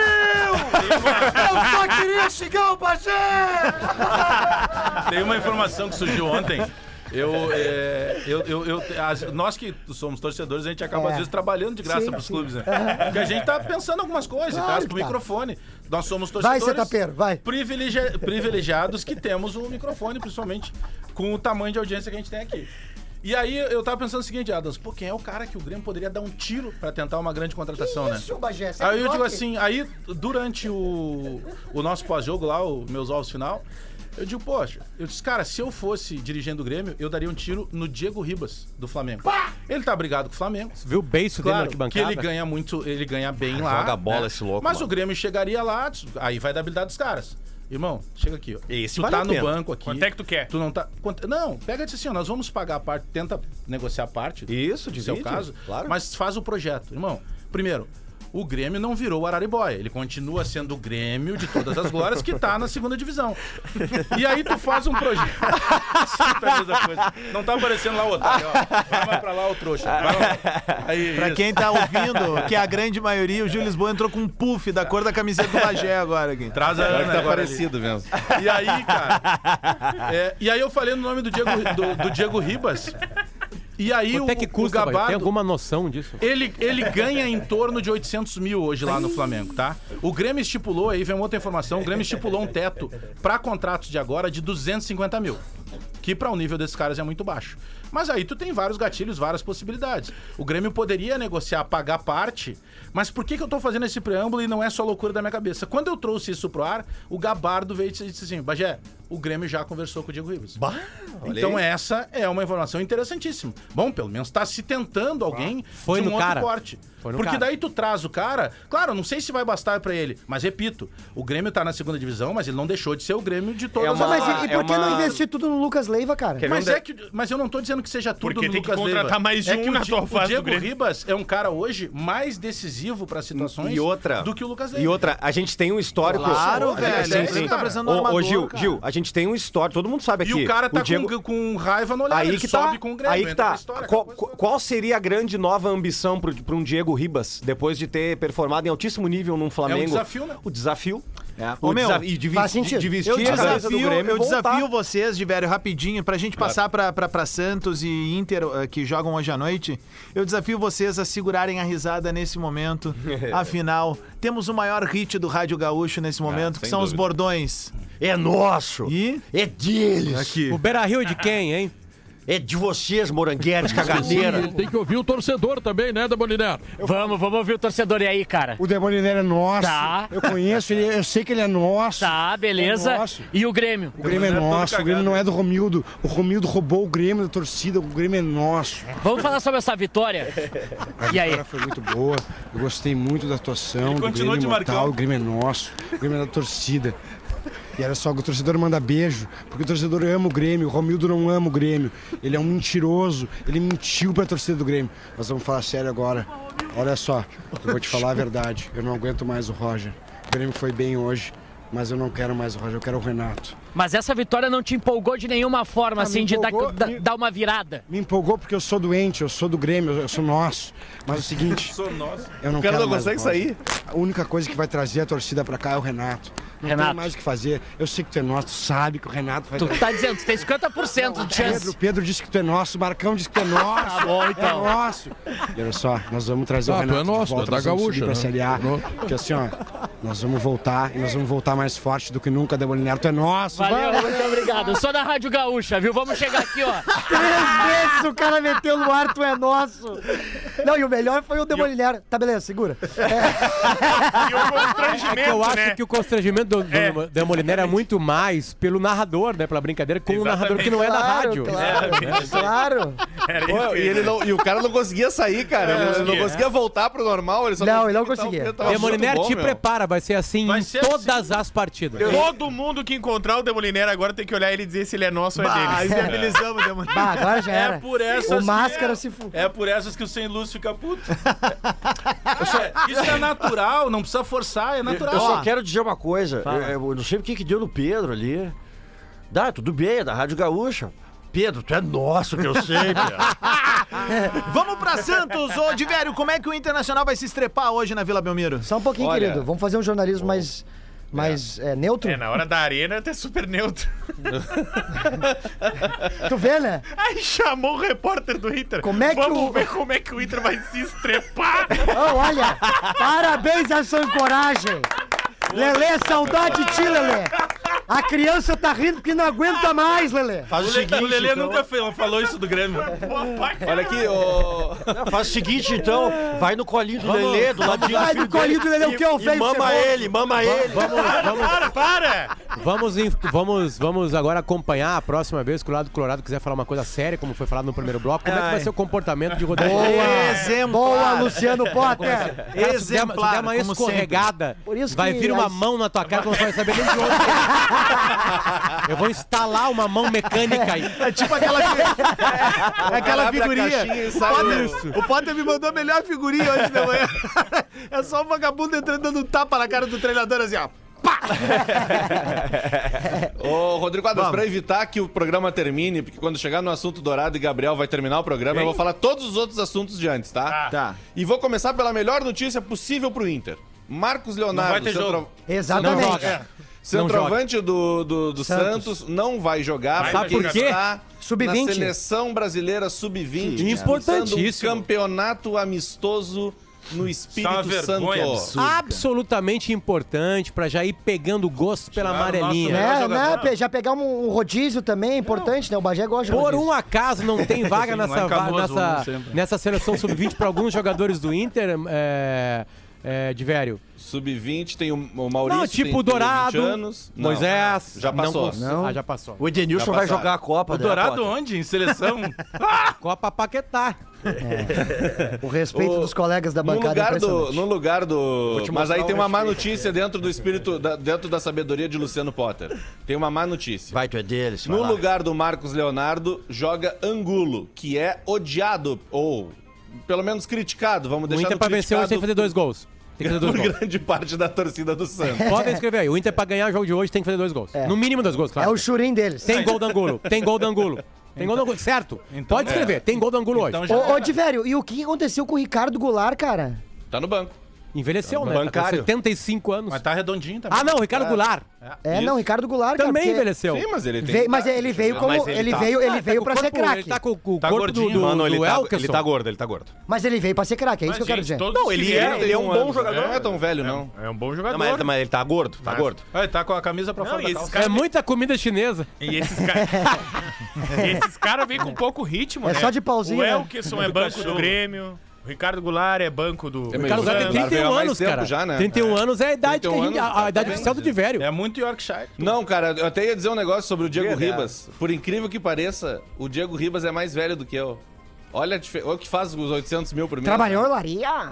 S5: Eu só queria xingar o Bagé!
S6: Tem uma informação que surgiu ontem. Eu, é, eu, eu, eu as, nós que somos torcedores, a gente acaba
S5: É.
S6: às vezes trabalhando de graça
S5: Sim,
S6: pros
S5: sim.
S6: clubes, né? Porque a gente tá pensando algumas coisas,
S5: Claro
S6: traz
S5: que
S6: pro
S5: tá.
S6: microfone. Nós somos
S5: Vai,
S6: torcedores
S5: setapeiro, vai.
S6: privilegi- privilegiados que temos um microfone, principalmente com o tamanho de audiência que a gente tem aqui. E aí eu tava pensando o seguinte, Adams, pô, quem é o cara que o Grêmio poderia dar um tiro pra tentar uma grande contratação, né?
S5: Isso, Bagé, você
S6: Aí eu digo
S5: bloque.
S6: assim, aí durante o, o nosso pós-jogo lá, o Meus Ovos Final, eu digo, poxa, eu disse, cara, se eu fosse dirigindo o Grêmio, eu daria um tiro no Diego Ribas, do Flamengo. Ele tá brigado com o Flamengo.
S3: Viu o beiço dele na
S6: Claro, que
S3: arquibancada?
S6: ele ganha muito, ele ganha bem lá.
S11: Joga bola
S6: né?
S11: esse louco,
S6: Mas
S11: mano.
S6: o Grêmio chegaria lá, aí vai da habilidade dos caras. Irmão, chega aqui, ó.
S11: Esse
S6: tu
S11: vale
S6: tá
S11: a
S6: no
S11: pena.
S6: banco aqui.
S4: Quanto é que tu quer?
S6: Tu não tá. quanto- Não, pega e diz assim, ó, nós vamos pagar a parte, tenta negociar a parte.
S11: Isso,
S6: se é o
S11: divide,
S6: caso.
S11: claro.
S6: Mas faz o projeto. Irmão, primeiro, o Grêmio não virou o Araribóia. Ele continua sendo o Grêmio de todas as glórias que tá na segunda divisão. E aí tu faz um projeto. Sempre a mesma coisa. Não tá aparecendo lá o otário, ó. Vai mais pra lá o trouxa. Vai lá. Aí,
S2: Pra
S6: isso.
S2: quem tá ouvindo, que é a grande maioria, o Gil Lisboa entrou com um puff da cor da camiseta do Bagé agora aqui.
S6: Traz a
S8: Pior que
S6: Ana
S8: tá
S6: agora ali.
S8: parecido mesmo.
S6: E aí, cara. é, e aí eu falei no nome do Diego, do, do Diego Ribas. E aí
S3: Quanto
S6: o,
S3: é que
S6: o
S3: custa, Bagé?
S6: Gabado.
S3: Tem alguma noção disso?
S6: Ele, ele ganha em torno de oitocentos mil hoje lá no Flamengo, tá? O Grêmio estipulou, aí vem uma outra informação, o Grêmio estipulou um teto pra contratos de agora de duzentos e cinquenta mil. Que pra o nível desses caras é muito baixo. Mas aí tu tem vários gatilhos, várias possibilidades. O Grêmio poderia negociar, pagar parte, mas por que, que eu tô fazendo esse preâmbulo e não é só loucura da minha cabeça? Quando eu trouxe isso pro ar, o Gabardo veio e disse assim, Bagé, o Grêmio já conversou com o Diego Ribas. Então essa é uma informação interessantíssima. Bom, pelo menos tá se tentando alguém
S3: Foi
S6: de um
S3: no
S6: outro
S3: cara.
S6: corte.
S3: Foi no
S6: Porque
S3: cara.
S6: daí tu traz o cara, claro, não sei se vai bastar pra ele, mas repito, o Grêmio tá na segunda divisão, mas ele não deixou de ser o Grêmio de todas
S11: É
S6: as
S11: uma-
S5: Mas
S6: outras.
S5: e, e
S11: é
S5: por que
S11: uma-
S5: não investir tudo no Lucas Leiva, cara?
S11: Quer ver
S6: Mas
S11: um
S6: é
S11: de-
S6: que, mas eu não tô dizendo que seja tudo
S4: Porque
S6: no
S4: tem que
S6: Lucas
S4: contratar
S6: Leiva.
S4: mais de
S6: é
S4: um
S6: que
S4: na
S6: o, Di-
S4: tua
S6: o
S4: fase do
S6: Diego
S4: Grêmio.
S6: Ribas é um cara hoje mais decisivo pra situações
S11: E outra,
S6: do que o Lucas Leiva.
S11: e outra, a gente tem um histórico.
S2: Claro,
S11: A gente
S2: velho.
S11: tem-
S2: Ele
S11: sim.
S2: tá precisando de um
S11: Ô,
S2: armador,
S11: ô, Gil,
S2: cara.
S11: Gil, a gente tem um histórico, todo mundo sabe
S6: E
S11: aqui.
S6: o cara tá
S11: Diego...
S6: com, com raiva no olhar,
S11: Aí
S6: ele
S11: que
S6: sobe
S11: tá.
S6: com o Grêmio,
S11: Aí que
S6: entra
S11: tá.
S6: na história,
S11: qual,
S6: aquela coisa
S11: qual seria a grande nova ambição pro, pra um Diego Ribas, depois de ter performado em altíssimo nível num Flamengo?
S6: desafio, né?
S11: O desafio.
S2: É.
S11: O
S2: Ô, meu,
S11: desafio e de,
S5: faz
S11: de,
S5: sentido.
S11: de vestir
S2: Eu
S11: a camisa do
S2: desafio,
S11: Grêmio
S2: eu
S11: e voltar.
S2: desafio vocês, de velho, rapidinho, pra gente passar pra, pra, pra Santos e Inter, eh, que jogam hoje à noite. Eu desafio vocês a segurarem a risada nesse momento. Afinal, temos o maior hit do Rádio Gaúcho nesse momento, que
S8: sem
S2: são os
S8: dúvida.
S2: bordões.
S12: É nosso.
S2: E
S12: É deles.
S2: aqui.
S3: O Beira-Rio é de quem, hein?
S12: É de vocês, morangueiros, caganeira.
S13: Tem que ouvir o torcedor também, né, Demoliner?
S14: Vamos, vamos ouvir o torcedor e aí, cara.
S15: O Demoliner é nosso.
S14: Tá.
S15: Eu conheço ele, eu sei que ele é nosso.
S14: Tá, beleza.
S15: É nosso.
S14: E o Grêmio?
S15: O Grêmio é nosso, o Grêmio não é do Romildo. O Romildo roubou o Grêmio da torcida, o Grêmio é nosso.
S14: Vamos falar sobre essa vitória.
S15: A
S14: E aí?
S15: vitória foi muito boa, eu gostei muito da atuação
S6: Ele
S15: do
S6: continua
S15: Grêmio
S6: de
S15: Imortal,
S6: Marcão.
S15: o Grêmio é nosso, o Grêmio é da torcida. E era só que o torcedor manda beijo, porque o torcedor ama o Grêmio, o Romildo não ama o Grêmio. Ele é um mentiroso, ele mentiu pra torcida do Grêmio. Nós vamos falar sério agora. Olha só, eu vou te falar a verdade, eu não aguento mais o Roger. O Grêmio foi bem hoje, mas eu não quero mais o Roger, eu quero o Renato.
S14: Mas essa vitória não te empolgou de nenhuma forma,
S15: Ah,
S14: assim,
S15: me
S14: de dar,
S15: empolgou,
S14: da-
S15: me-
S14: dar uma virada?
S15: Me empolgou porque eu sou doente, eu sou do Grêmio, eu sou nosso. Mas é o seguinte,
S6: Sou nosso.
S15: eu não
S8: O cara
S15: quero
S8: não
S15: mais
S8: consegue
S15: Roger.
S8: sair.
S15: A única coisa que vai trazer a torcida pra cá é o Renato. Não
S14: Renato.
S15: tem mais o que fazer. Eu sei que tu é nosso, tu sabe que o Renato vai...
S14: Tu tá dizendo, tu tem cinquenta por cento de chance.
S15: Pedro, Pedro disse que tu é nosso, Marcão disse que tu é nosso.
S14: Tá bom, então.
S15: É nosso. E olha só, nós vamos trazer
S13: Ah,
S15: o
S13: tu
S15: Renato
S13: é nosso,
S15: de volta,
S13: é da
S15: nós vamos
S13: Gaúcha,
S15: subir pra
S13: né?
S15: Série A.
S13: No-
S15: Porque assim, ó, nós vamos voltar e nós vamos voltar mais forte do que nunca, Demoliner. Tu é nosso.
S14: Valeu,
S15: Vamos.
S14: muito obrigado. Eu sou da Rádio Gaúcha, viu? Vamos chegar aqui, ó.
S5: Três vezes o cara meteu no ar, tu é nosso. Não, e o melhor foi o Demoliner. Tá, beleza, segura.
S16: E o constrangimento,
S3: É que eu acho
S16: né?
S3: que o constrangimento do, do,
S16: É,
S3: da Moliner é muito mais pelo narrador, né? Pela brincadeira, com o narrador que não é da
S5: Claro,
S3: rádio.
S5: claro,
S3: É,
S5: claro.
S16: Era
S8: Pô,
S16: isso que
S8: e, ele não- e o cara não conseguia sair, cara. Ele, ele não conseguia voltar pro normal. Ele só
S5: Não, ele não
S8: imitar o
S5: conseguia.
S8: Pedro, tava muito
S3: Demoliner,
S8: bom,
S3: te
S8: meu.
S3: prepara, vai ser assim
S6: Vai
S3: em
S6: ser
S3: todas as partidas.
S16: Todo mundo que encontrar o Demoliner agora tem que olhar ele e dizer se ele é nosso ou é
S2: Ah,
S16: dele.
S2: inviabilizamos o Demoliner.
S5: Bah, agora já
S6: É
S5: era.
S6: por essas.
S5: O Máscara
S6: que
S5: se fu...
S6: é, é por essas que o sem luz fica puto. É, isso é natural, não precisa forçar, é natural.
S12: Eu só quero dizer uma coisa. Eu, eu não sei o que que deu no Pedro ali. Dá, tudo bem, é da Rádio Gaúcha. Pedro, tu é nosso, que eu sei, Pedro.
S2: Vamos pra Santos, ô Divério, como é que o Internacional vai se estrepar hoje na Vila Belmiro?
S5: Só um pouquinho,
S8: Olha-
S5: querido. Vamos fazer um jornalismo mais, mais é, neutro.
S16: É, na hora da arena é super neutro.
S5: Tu vê, né?
S16: Aí chamou o repórter do Inter.
S5: Como é que
S16: Vamos
S5: o-
S16: ver como é que o Inter vai se estrepar.
S5: Oh, olha, parabéns a sua coragem. Lelê, saudade de ti, Lelê. A criança tá rindo porque não aguenta mais, Lelê.
S12: Faz
S6: O,
S12: o,
S6: Le,
S12: seguinte,
S6: o Lelê
S12: então.
S6: nunca fe- falou isso do Grêmio.
S8: Olha aqui, ô.
S12: Não, faz o seguinte, então. Vai no colinho do Lelê, do ladinho
S5: Vai
S12: do filho
S5: no colinho do Lelê, o que eu
S12: e, e
S5: vejo
S12: mama
S5: ceboso.
S12: ele, mama ele.
S3: Vamos, vamos,
S16: Para, para!
S3: vamos, em- vamos, vamos agora acompanhar a próxima vez que o lado colorado quiser falar uma coisa séria, como foi falado no primeiro bloco. Como é que vai ser o comportamento de Rodrigo?
S2: Exemplar.
S5: Boa, Luciano Potter.
S3: Cara, se der, uma- se der
S2: Exemplar,
S3: uma
S2: como
S3: escorregada,
S5: Por isso
S3: vai
S5: que
S3: vir uma
S5: as-
S3: mão na tua cara que não vai saber nem de onde. é. Eu vou instalar uma mão mecânica aí.
S2: É tipo aquela, é aquela
S8: abre a
S2: figurinha.
S8: caixinha e
S2: O
S8: sai
S2: Potter, o Potter me mandou a melhor figurinha hoje de manhã. É só um vagabundo entrando dando um tapa na cara do treinador assim, ó.
S8: Ô, Rodrigo Adams,
S2: Vamos.
S8: pra evitar que o programa termine, porque quando chegar no assunto Dourado e Gabriel vai terminar o programa, eu vou falar todos os outros assuntos de antes, tá?
S2: Tá.
S8: E vou começar pela melhor notícia possível pro Inter. Marcos Leonardo,
S6: Não vai ter jogo.
S5: Exatamente.
S3: Não joga.
S8: centroavante do, do, do
S5: Santos.
S8: Santos, não vai jogar.
S16: Vai
S3: Sabe
S8: porque
S3: por quê?
S8: Está
S5: sub
S8: na
S5: vinte.
S8: seleção brasileira sub vinte.
S3: Importantíssimo.
S8: disputando um campeonato amistoso no
S6: Isso é uma
S8: Espírito
S6: vergonha
S8: Santo.
S6: absurda.
S3: Absolutamente importante pra já ir pegando gosto pela
S6: Tiraram o
S3: amarelinha.
S6: nosso
S5: Né,
S6: melhor
S5: né,
S6: jogador.
S5: pe- já pegar um, um rodízio também é importante, né? O Bagé gosta de
S3: Por
S5: rodízio.
S3: um acaso não tem vaga
S6: Sim, lá
S3: nessa,
S6: em
S3: va-
S6: Canoas,
S3: nessa,
S6: vamos sempre.
S3: nessa seleção sub vinte para alguns jogadores do Inter, é, é, de velho.
S8: sub vinte tem o, o Maurício,
S3: Não, tipo
S8: tem, tem
S3: Dourado,
S8: vinte anos. Não,
S3: Moisés.
S8: já passou.
S3: Não, cons- Ah, já passou.
S12: O Edenilson
S8: Já
S12: vai
S8: passaram.
S12: jogar a Copa.
S6: O
S12: né,
S6: Dourado
S12: Potter?
S6: onde? Em seleção?
S3: Copa Paquetá.
S5: O respeito
S8: O-
S5: dos colegas da
S8: No
S5: bancada é
S8: lugar do,
S5: impressionante.
S8: no lugar do.
S12: te
S8: Mas
S12: mostrar
S8: aí
S12: o
S8: tem uma má
S12: respeito.
S8: notícia dentro do espírito, da- dentro da sabedoria de Luciano Potter. Tem uma má notícia.
S12: Vai, tu é deles. vai
S8: No
S12: lá.
S8: lugar do Marcos Leonardo, joga Angulo, que é odiado, ou pelo menos criticado, vamos
S3: O
S8: deixar
S3: Inter
S8: no
S3: pra vencer hoje tem que fazer dois gols. Tem que fazer dois
S8: por
S3: gols.
S8: grande parte da torcida do Santos.
S3: Podem escrever aí. O Inter pra ganhar o jogo de hoje tem que fazer dois gols.
S5: É.
S3: No mínimo dois gols,
S5: É
S3: claro.
S5: o churim deles.
S3: Tem gol do Angulo. Tem gol do Angulo. Tem gol do Angulo. Certo.
S6: Então-
S3: Pode escrever. Tem gol do Angulo hoje.
S6: Então já
S5: Ô, ô Divério, e o que aconteceu com o Ricardo Goulart, cara?
S8: Tá no banco.
S3: Envelheceu, né? Tá com
S8: bancário.
S3: setenta e cinco anos.
S6: Mas tá redondinho também.
S3: Ah, não. Ricardo Goulart.
S5: É,
S8: Isso.
S5: não, Ricardo Goulart, cara.
S3: Também
S5: porque
S3: envelheceu.
S8: Sim, mas ele tem.
S5: veio- mas ele veio como.
S16: Mas
S5: ele,
S16: ele tá-
S5: veio, ele
S3: Ah,
S5: veio
S3: tá
S5: pra
S3: com o
S5: ser
S3: corpo-
S5: craque.
S3: Ele tá com, com o
S6: Tá
S3: corpo do,
S6: gordinho.
S3: do,
S11: Mano, ele
S3: do
S11: tá,
S3: Elkerson.
S11: ele tá gordo, ele tá gordo.
S5: Mas ele veio pra ser craque, é isso
S6: Mas,
S5: que eu quero
S6: gente,
S5: dizer.
S6: todos
S11: Não,
S6: que
S11: ele
S6: vieram
S11: é- ele é um
S6: têm
S11: bom
S6: anos,
S11: jogador.
S8: Não é tão velho, não.
S16: É um bom
S11: Não,
S16: jogador.
S11: mas, mas ele tá gordo, tá
S16: Mas-
S11: gordo.
S6: Ele tá com a camisa pra
S16: Não,
S6: fora
S16: e
S6: da
S16: esses
S6: calça.
S16: caras-
S3: É muita comida chinesa.
S16: E esses caras. esses caras vêm com pouco ritmo,
S5: É
S16: né?
S5: só de pauzinho,
S16: O
S5: né?
S16: Elkerson é banco do Grêmio. O Ricardo Goulart é banco do.
S8: É,
S3: O
S8: mas
S3: Carlos
S8: o
S3: Goulart tem
S8: Goulart veio há
S3: trinta e um
S8: mais
S3: anos,
S8: tempo
S3: cara.
S8: já, né?
S3: trinta e um anos é a idade, que a,
S8: trinta e um
S3: gente,
S8: anos,
S3: a, a
S8: tá
S3: idade
S8: bem,
S3: oficial do
S8: mas-
S3: Divério.
S6: É muito Yorkshire.
S8: Não, cara, eu até ia dizer um negócio sobre o Diego
S11: Diego, é.
S8: Ribas. Por incrível que pareça, o Diego Ribas é mais velho do que eu. Olha, a dife- olha o que faz os oitocentos mil por mês.
S5: Trabalhou em Laria?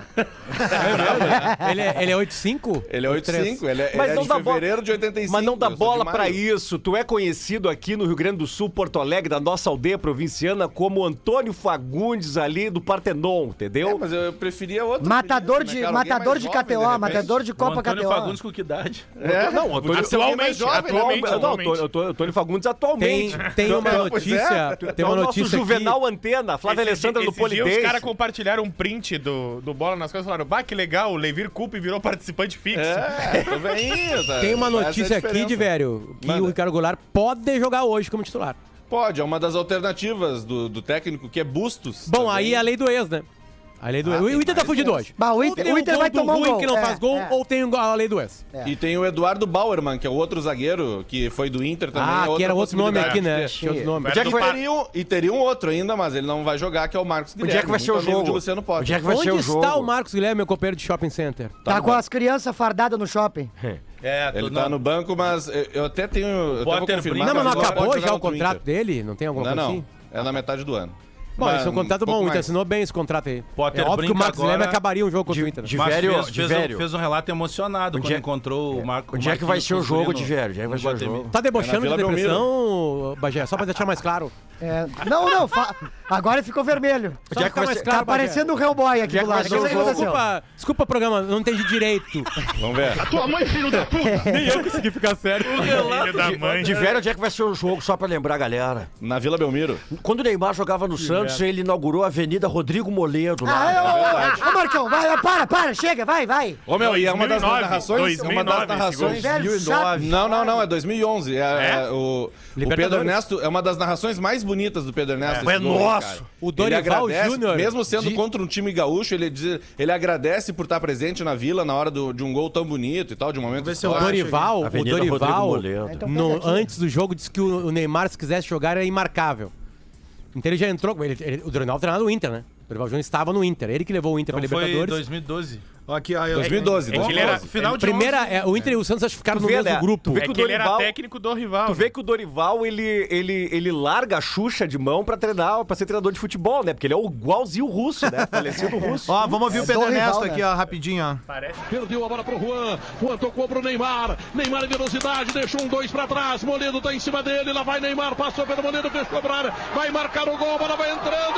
S3: Ele é, ele é oito cinco?
S8: Ele é oito cinco, ele é,
S11: Mas
S8: ele é
S11: não
S8: de
S11: dá bola-
S8: fevereiro de oitenta e cinco.
S11: Mas não dá
S8: eu sou
S11: bola
S8: de
S11: pra
S8: maio.
S11: isso. Tu é conhecido aqui no Rio Grande do Sul, Porto Alegre, da nossa aldeia provinciana, como Antônio Fagundes ali do Partenon, entendeu?
S8: É, mas eu preferia outro.
S5: Matador
S8: menino,
S5: de,
S8: né, cara? Alguém
S5: matador
S8: mais
S5: de
S8: jovem,
S5: K T O,
S8: de repente.
S5: matador de
S6: O
S5: Copa
S6: Antônio
S5: K T O.
S6: Fagundes com que idade?
S8: É,
S11: Não, o Antônio,
S8: Pode ser alguém mais jovem,
S11: atualmente,
S8: né?
S11: não,
S16: atualmente.
S11: o Antônio- Antônio Fagundes atualmente.
S3: Tem, tem uma
S11: Então,
S3: notícia.
S11: Tu- tu
S3: Tem
S11: é
S3: uma
S11: o nosso
S3: notícia
S11: Juvenal
S3: aqui.
S11: Antena, Flávia
S16: Esse
S11: Alessandra
S16: dia-
S11: do
S16: esse dia
S11: Polidense.
S16: Os caras compartilharam um print do, do Bola nas Costas e falaram: bah, que legal, o Levir Coupe virou participante fixo.
S8: É, tô veinho, tá?
S3: Tem uma
S8: Essa é a
S3: notícia aqui,
S8: diferença.
S3: de velho, que
S8: Manda.
S3: o Ricardo Goulart pode jogar hoje como titular.
S8: Pode, é uma das alternativas do, do técnico, que é Bustos.
S3: Bom,
S8: também.
S3: aí é a lei do ex, né? A lei do
S8: Ah,
S3: ex.
S8: tem
S3: O Inter tá
S8: mais
S3: fudido
S8: essa.
S3: hoje.
S5: Bah, o
S3: Ou
S5: Inter-
S3: tem
S5: o Inter
S3: gol
S5: vai
S3: do
S5: tomar um
S3: ruim
S5: gol.
S3: que não
S5: É,
S3: faz gol,
S5: é.
S3: ou tem a lei do ex.
S5: É.
S8: E tem o Eduardo Bauerman, que é o outro zagueiro, que foi do Inter também.
S3: Ah,
S8: é outra
S3: que era outro nome aqui,
S8: possibilidade
S3: né?
S8: de ter.
S3: Tinha outro nome.
S11: Onde é que
S8: E
S11: vai-
S8: teria, um, e teria um outro ainda, mas ele não vai jogar, que é o Marcos Guilherme.
S11: Onde é que vai ser o
S8: muito amigo
S11: jogo?
S8: de Luciano Potter.
S11: Onde é que vai
S3: Onde
S11: ser o
S3: está
S11: jogo?
S3: o Marcos Guilherme, meu companheiro de shopping center?
S5: Tá
S8: no
S5: com
S8: banco.
S5: as crianças fardadas no shopping.
S6: É,
S8: Ele
S6: tô
S8: tá
S6: na-
S8: no banco, mas eu, eu até tenho. Eu até vou
S6: Potter
S8: confirmar.
S3: Não, mas não
S8: ele
S3: acabou
S8: pode
S3: já
S8: jogar
S3: o
S8: contra
S3: contrato
S8: Inter.
S3: dele? Não tem alguma
S8: Não,
S3: coisa
S8: não.
S3: assim?
S8: É na metade do ano.
S3: Bom,
S8: Mas
S3: esse é um contrato
S8: um pouco
S3: bom. O Inter
S8: mais.
S3: assinou bem esse contrato aí.
S6: Potter
S3: É óbvio que o
S6: brinca
S3: Marcos Guilherme
S6: agora
S3: acabaria um jogo contra o Inter.
S11: de-
S6: Mas
S11: Velho,
S6: fez,
S11: de
S6: fez,
S11: velho.
S6: Um, fez um relato emocionado
S11: Onde
S6: quando
S11: é-
S6: encontrou o Marco.
S11: Onde é que vai ser o jogo de velho? Onde é que vai ser o jogo?
S3: Tá debochando
S8: É na
S3: de
S8: Vila
S3: depressão, Bagé? Só pra deixar mais claro.
S5: É, não, não, fa- agora ficou vermelho.
S3: Só pra ficar mais
S5: Tá
S3: claro, Bagé.
S5: parecendo um Hellboy aqui
S11: Onde é
S5: do
S11: que vai
S5: lado.
S11: ser o
S5: O que
S11: jogo?
S5: aconteceu?
S3: Desculpa, desculpa, programa, não entendi direito.
S8: Vamos ver.
S13: Tua mãe, filho da puta!
S3: Nem eu consegui ficar sério.
S16: Filho da mãe.
S11: De velho, onde é que vai ser o jogo? Só pra lembrar, galera.
S8: Na Vila Belmiro.
S11: Quando o Neymar jogava no Santos, ele inaugurou a Avenida Rodrigo Moledo lá.
S5: Ah, ô, ô, ô, Marcão, vai, vai, para, para, chega, vai, vai.
S8: Ô, meu, e é uma das
S16: dois mil e nove,
S8: narrações. É uma das
S16: dois mil e nove,
S8: narrações.
S5: Velho chato.
S8: Não, não, não, é dois mil e onze. É, é, o, o Pedro
S3: Libertadores.
S8: Ernesto é uma das narrações mais bonitas do Pedro Ernesto.
S11: É
S8: esse gol aí,
S11: nosso.
S8: cara.
S3: O
S8: Ele
S3: Dorival
S8: agradece,
S3: Júnior
S8: mesmo sendo
S3: de-
S8: contra um time gaúcho, ele, diz, ele agradece por estar presente na Vila na hora do- de um gol tão bonito e tal, de um momento
S3: O
S8: histórico.
S3: Dorival, o
S11: Avenida Rodrigo
S3: Dorival,
S11: Moledo.
S5: Então
S3: no-
S5: pega aqui.
S3: antes do jogo, disse que o, o Neymar, se quisesse jogar, era imarcável. Então ele já entrou. Ele, ele, o Dorival treinava no Inter, né? O Dorival Júnior estava no Inter. Ele que levou o Inter
S6: Então
S3: pra
S6: foi
S3: Libertadores.
S6: dois mil e doze.
S15: Aqui, ó, eu-
S8: dois mil e doze,
S16: É que ele era-
S6: Final de
S3: Primeira,
S6: onze.
S3: é, o Inter e o Santos acho que ficaram
S11: Tu
S3: no
S11: vê,
S3: mesmo
S11: né?
S3: grupo.
S11: Tu vê
S16: É
S11: que
S16: que
S11: o
S16: ele era
S11: Dorival-
S16: técnico do rival.
S11: Tu vê que o Dorival, ele, ele, ele larga a Xuxa de mão pra treinar, pra ser treinador de futebol, né? Porque ele é o igualzinho o russo, né? Falecido russo.
S2: Ó, vamos ouvir
S5: É
S2: o Pedro
S5: do rival,
S2: Ernesto
S5: né?
S2: aqui, ó, rapidinho, ó.
S16: Parece.
S13: Perdeu a bola pro Juan. Juan tocou pro Neymar. Neymar em velocidade, deixou um dois pra trás. Moledo tá em cima dele. Lá vai Neymar, passou pelo Moledo, fez cobrar. Vai marcar o gol, a bola vai entrando.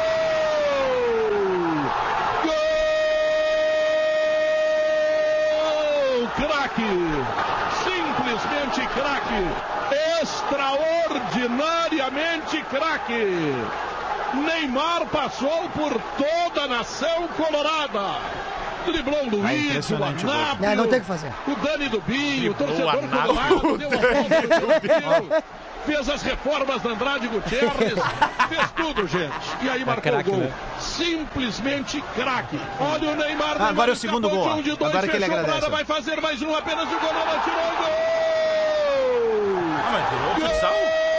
S13: Gol! Gol! Craque! Simplesmente craque! Extraordinariamente craque! Neymar passou por toda a nação colorada. Driblou o Luiz, o
S2: impressionante o gol.
S5: Não,
S13: Anápio,
S5: não tem o que fazer.
S13: o Dani do Binho, o
S16: Driblou
S13: torcedor
S16: o Anápio.
S13: colorado, deu a volta no Brasil, fez as reformas da Andrade Gutierrez, fez tudo, gente. E aí marcou
S3: craque,
S13: o gol.
S3: né?
S13: Simplesmente craque. Olha o Neymar.
S2: Ah, agora
S13: Neymar
S2: é o segundo
S13: escapou
S2: gol,
S13: de um, de dois,
S2: agora que ele
S13: fechou a
S2: agradece.
S13: parada, vai fazer mais um, apenas o gol, não tirou o gol!
S6: Ah, mas virou futsal?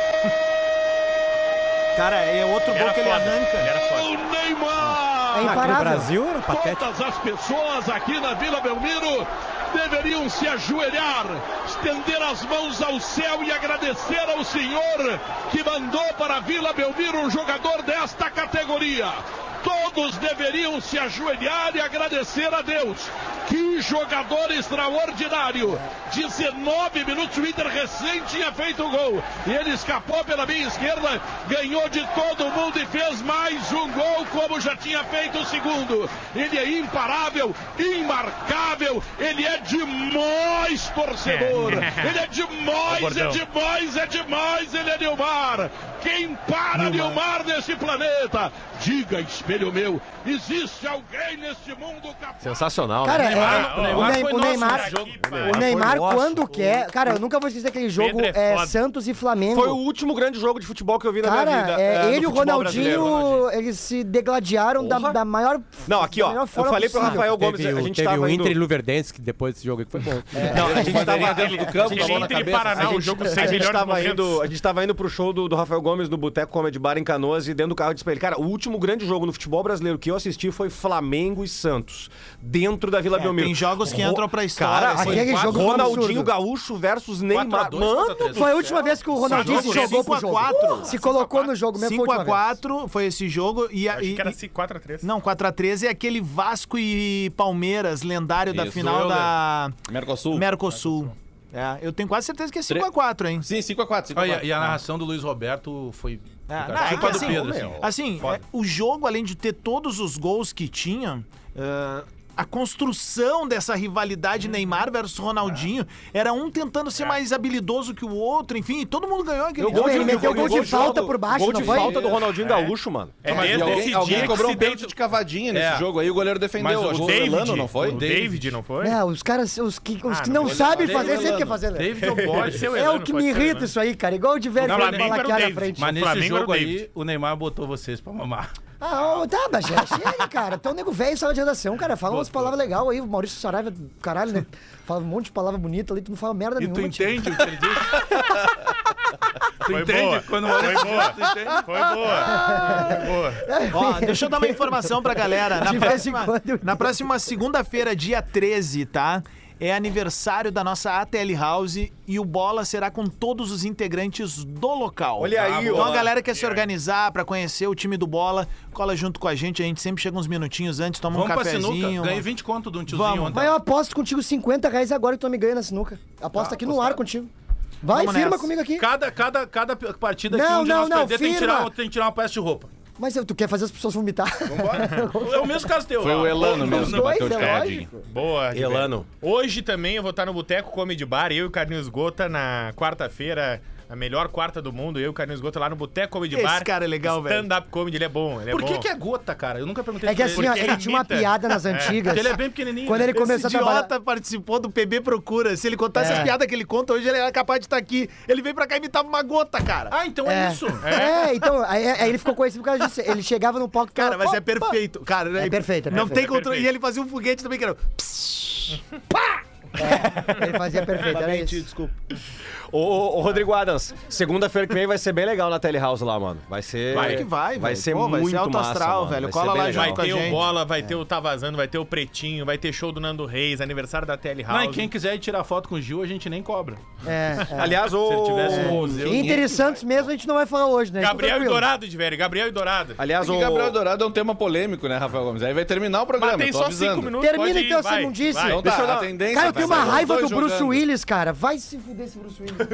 S2: Cara, é outro gol
S16: Era
S2: que ele
S16: foda.
S2: arranca.
S16: Era foda.
S13: O Neymar!
S5: É
S3: Aqui no
S5: imparável.
S3: Brasil era patético.
S13: Todas as pessoas aqui na Vila Belmiro deveriam se ajoelhar, estender as mãos ao céu e agradecer ao Senhor que mandou para a Vila Belmiro um jogador desta categoria. Todos deveriam se ajoelhar e agradecer a Deus. Que jogador extraordinário! dezenove minutos, o Inter recém tinha feito o gol. E ele escapou pela minha esquerda, ganhou de todo mundo e fez mais um gol, como já tinha feito o segundo. Ele é imparável, imarcável, ele é demais, torcedor. Ele é demais, é
S16: Bordão.
S13: demais, é demais, ele é Nilmar. Quem para Nilmar nesse planeta? Diga, espelho meu, existe alguém nesse mundo capaz?
S11: Sensacional,
S5: Cara,
S11: né?
S5: é,
S16: Neymar-
S5: o,
S16: Neymar
S5: Ney-
S6: foi
S5: o
S6: nosso
S5: Neymar,
S6: nesse jogo,
S5: o Neymar
S11: foi nosso.
S5: quando quer, cara, eu nunca vou esquecer aquele jogo
S16: Pedro é
S5: é,
S16: foda.
S5: Santos e Flamengo.
S11: Foi o último grande jogo de futebol que eu vi na minha
S5: Cara,
S11: vida.
S5: é,
S11: é,
S5: ele e
S11: do
S5: o
S11: futebol
S5: Ronaldinho,
S11: brasileiro.
S5: eles se degladiaram da,
S11: Porra.
S5: da maior.
S11: Não, aqui,
S5: da
S11: ó.
S5: melhor
S11: Eu
S5: forma
S11: falei pro
S5: possível.
S11: Rafael Gomes,
S3: Teve,
S11: a
S3: o-
S11: gente
S3: teve
S11: tava
S3: o
S11: indo...
S3: Inter e Luverdense, que depois desse jogo aí que foi bom.
S11: Não, a gente tava
S8: dentro do campo, com a mão na
S16: Inter e
S8: cabeça.
S16: Paraná,
S11: A
S16: o
S11: gente,
S16: jogo
S11: a
S16: sem
S11: gente
S16: melhores
S11: tava
S16: momentos.
S11: indo, a gente tava indo pro show do, do Rafael Gomes no Boteco Comedy Bar em Canoas e dentro do carro eu disse pra ele, cara, o último grande jogo no futebol brasileiro que eu assisti foi Flamengo e Santos, dentro da Vila
S2: É,
S11: Belmiro.
S2: tem jogos que entram pra história.
S11: Cara,
S2: assim.
S5: aquele jogo foi um
S11: Ronaldinho
S5: absurdo.
S11: Gaúcho versus Neymar. Mano,
S5: Foi a última vez que o Ronaldinho se jogou pro jogo. Se colocou no jogo mesmo, foi a última vez.
S2: cinco a quatro foi esse jogo. E, a-
S16: Acho
S2: e,
S16: que era
S2: e-
S16: quatro a três.
S2: Não, quatro a três é aquele Vasco e Palmeiras, lendário da
S8: Isso,
S2: final
S8: eu
S2: da
S8: Mercosul.
S2: Mercosul. É, eu tenho quase certeza que é cinco a quatro, hein?
S8: Sim, cinco a quatro.
S6: Ah, e, a, e a narração do Luiz Roberto foi.
S2: É,
S6: foi
S2: não, é
S6: culpa
S2: que
S6: do
S2: assim,
S6: Pedro,
S2: meu,
S6: assim.
S2: assim,
S6: Foda.
S2: é, o jogo, além de ter todos os gols que tinha, ah, a construção dessa rivalidade Neymar versus Ronaldinho era um tentando ser mais habilidoso que o outro, enfim, todo mundo ganhou aquele
S11: o gol de,
S5: Ele meteu
S11: o
S5: gol de falta por baixo,
S11: gol
S5: não
S11: de
S5: foi?
S11: falta do Ronaldinho Gaúcho, mano.
S16: É
S8: Mas
S16: desde
S8: alguém,
S16: esse
S8: alguém
S16: dia
S8: cobrou
S16: que
S8: um
S16: se
S8: pênalti
S16: deu-
S8: de cavadinha nesse
S6: É.
S8: jogo aí, o goleiro defendeu.
S6: Mas
S8: o
S6: o
S8: David,
S6: David,
S8: não foi?
S16: O David, não foi?
S5: É, os caras, os que, os
S16: Ah,
S5: que
S16: não,
S5: não
S16: ele-
S5: sabem
S8: David
S5: fazer,
S8: Elano.
S5: sempre quer fazer, né?
S6: David ou pode ser o
S5: É
S6: Elano,
S5: o que
S16: pode
S5: me
S16: ser,
S5: irrita
S16: né?
S5: isso aí, cara. Igual o de velho
S16: Não,
S5: que
S16: Flamengo
S5: falar
S16: era o
S5: cara na
S16: David.
S5: frente.
S6: Mas
S16: O
S6: nesse
S16: Flamengo era
S6: jogo
S16: o
S6: aí,
S16: David.
S6: o Neymar botou vocês pra mamar.
S5: Ah, ô, tá, mas já chega, cara. Então o nego velho sala de redação, cara. Fala umas palavras legais aí. O Maurício Saraiva, caralho, né? Fala um monte de palavra bonita ali, tu não fala merda
S6: E
S5: nenhuma.
S6: tu
S5: tio.
S6: entende o que ele disse? Tu
S16: Foi
S6: entende
S16: boa.
S6: quando o
S16: Foi
S6: Maurício
S16: boa.
S6: tu entende?
S16: Foi boa. Foi boa.
S2: Ó, deixa eu dar uma informação pra galera. Na
S5: De vez em
S2: próxima,
S5: quando eu-
S2: na próxima segunda-feira, dia treze, tá? É aniversário da nossa A T L House e o Bola será com todos os integrantes do local.
S11: Olha aí,
S2: Então
S11: ó.
S2: a galera quer se organizar pra conhecer o time do Bola, cola junto com a gente, a gente sempre chega uns minutinhos antes, toma
S6: Vamos
S2: um
S6: pra
S2: cafezinho.
S6: sinuca. Ganhei vinte conto de um tiozinho
S2: Vamos.
S6: ontem.
S5: Mas eu aposto contigo cinquenta reais agora que tu me ganha na sinuca. Aposta
S6: Tá,
S5: aqui no ar contigo. Vai,
S2: Vamos
S5: firma
S2: nessa.
S5: comigo aqui.
S6: Cada, cada, cada partida que
S5: Não,
S6: um de
S5: não,
S6: nós
S5: não,
S6: perder tem que,
S5: firma.
S6: tirar, tem que tirar uma peça de roupa.
S5: Mas eu- tu quer fazer as pessoas vomitar?
S6: É o mesmo caso teu.
S8: Foi
S6: ó.
S8: o Elano
S6: Os
S8: mesmo que
S6: dois,
S8: bateu de
S5: é
S8: cavadinha.
S16: Boa, Ribeiro.
S11: Elano.
S16: Hoje também eu vou estar no Boteco Comedy Bar, eu e o Carlinhos Gota, na quarta-feira. A melhor quarta do mundo, eu e o Carlinhos Gota lá no Boteco Comedy
S2: Esse
S16: Bar.
S2: cara é legal, velho.
S16: Stand-up comedy, ele é bom, ele é
S6: Por que
S16: bom.
S6: que é gota, cara? Eu nunca perguntei
S5: É que
S6: pra
S5: assim,
S6: ele.
S5: ó,
S16: Porque
S5: ele
S16: ele
S5: tinha uma
S16: imita.
S5: piada nas
S16: É.
S5: antigas.
S6: Porque ele é bem pequenininho.
S5: Quando ele
S2: Esse
S5: começou a
S2: idiota
S5: trabalhar...
S2: participou do P B Procura. Se ele contasse
S5: É.
S2: as piadas que ele conta hoje, ele era capaz de estar aqui. Ele veio pra cá e imitava uma gota, cara.
S6: Ah, então é,
S5: É.
S6: isso.
S5: É, então, aí, aí ele ficou conhecido por causa disso. Ele chegava no palco e
S2: Cara,
S5: falava,
S2: mas é
S5: "Opa!"
S2: perfeito. Cara,
S5: É perfeito, é
S2: Não
S5: perfeito.
S2: tem
S16: É
S2: controle.
S16: perfeito.
S2: E ele fazia um foguete também que era. Psss, pá!
S5: Ele fazia perfeito, era isso.
S2: Desculpa.
S11: Ô, ô, ô, Rodrigo Adams, segunda-feira que vem vai ser bem legal na Telehouse lá, mano. Vai ser.
S2: Vai que vai,
S11: Vai
S2: velho.
S11: ser
S2: Pô, vai
S11: muito
S2: ser alto
S11: massa,
S2: astral,
S11: mano.
S2: velho.
S11: Vai
S2: Cola
S11: ser bem
S2: lá
S11: legal.
S16: Vai
S2: junto com a
S16: ter o
S2: gente.
S16: Bola, vai ter o Tá Vazando, vai ter o Pretinho, vai ter show do Nando Reis, aniversário da Tele House.
S6: Não, e quem quiser ir tirar foto com o Gil, a gente nem cobra.
S5: É, é.
S11: Aliás, o.
S6: Se ele tivesse um museu.
S5: Inter e Santos mesmo a gente não vai falar hoje, né?
S16: Gabriel e
S5: Tranquilo.
S16: Dourado, de velho. Gabriel e Dourado.
S11: Aliás,
S8: É que
S11: o.
S8: Gabriel Dourado é um tema polêmico, né, Rafael Gomes? Aí vai terminar o programa,
S16: Mas tem
S8: tô
S16: só
S8: avisando.
S16: cinco minutos.
S5: Termina
S16: pode ir,
S5: então essa
S16: vai,
S5: imundice.
S16: vai.
S8: Então
S11: Deixa eu
S8: tá,
S11: dar-
S8: a tendência
S5: Cara, eu
S8: vai
S5: tenho
S8: ser
S5: uma
S8: os
S5: raiva
S8: dois
S5: do Bruce
S8: jogando.
S5: Willis, cara. Vai se fuder esse Bruce Willis.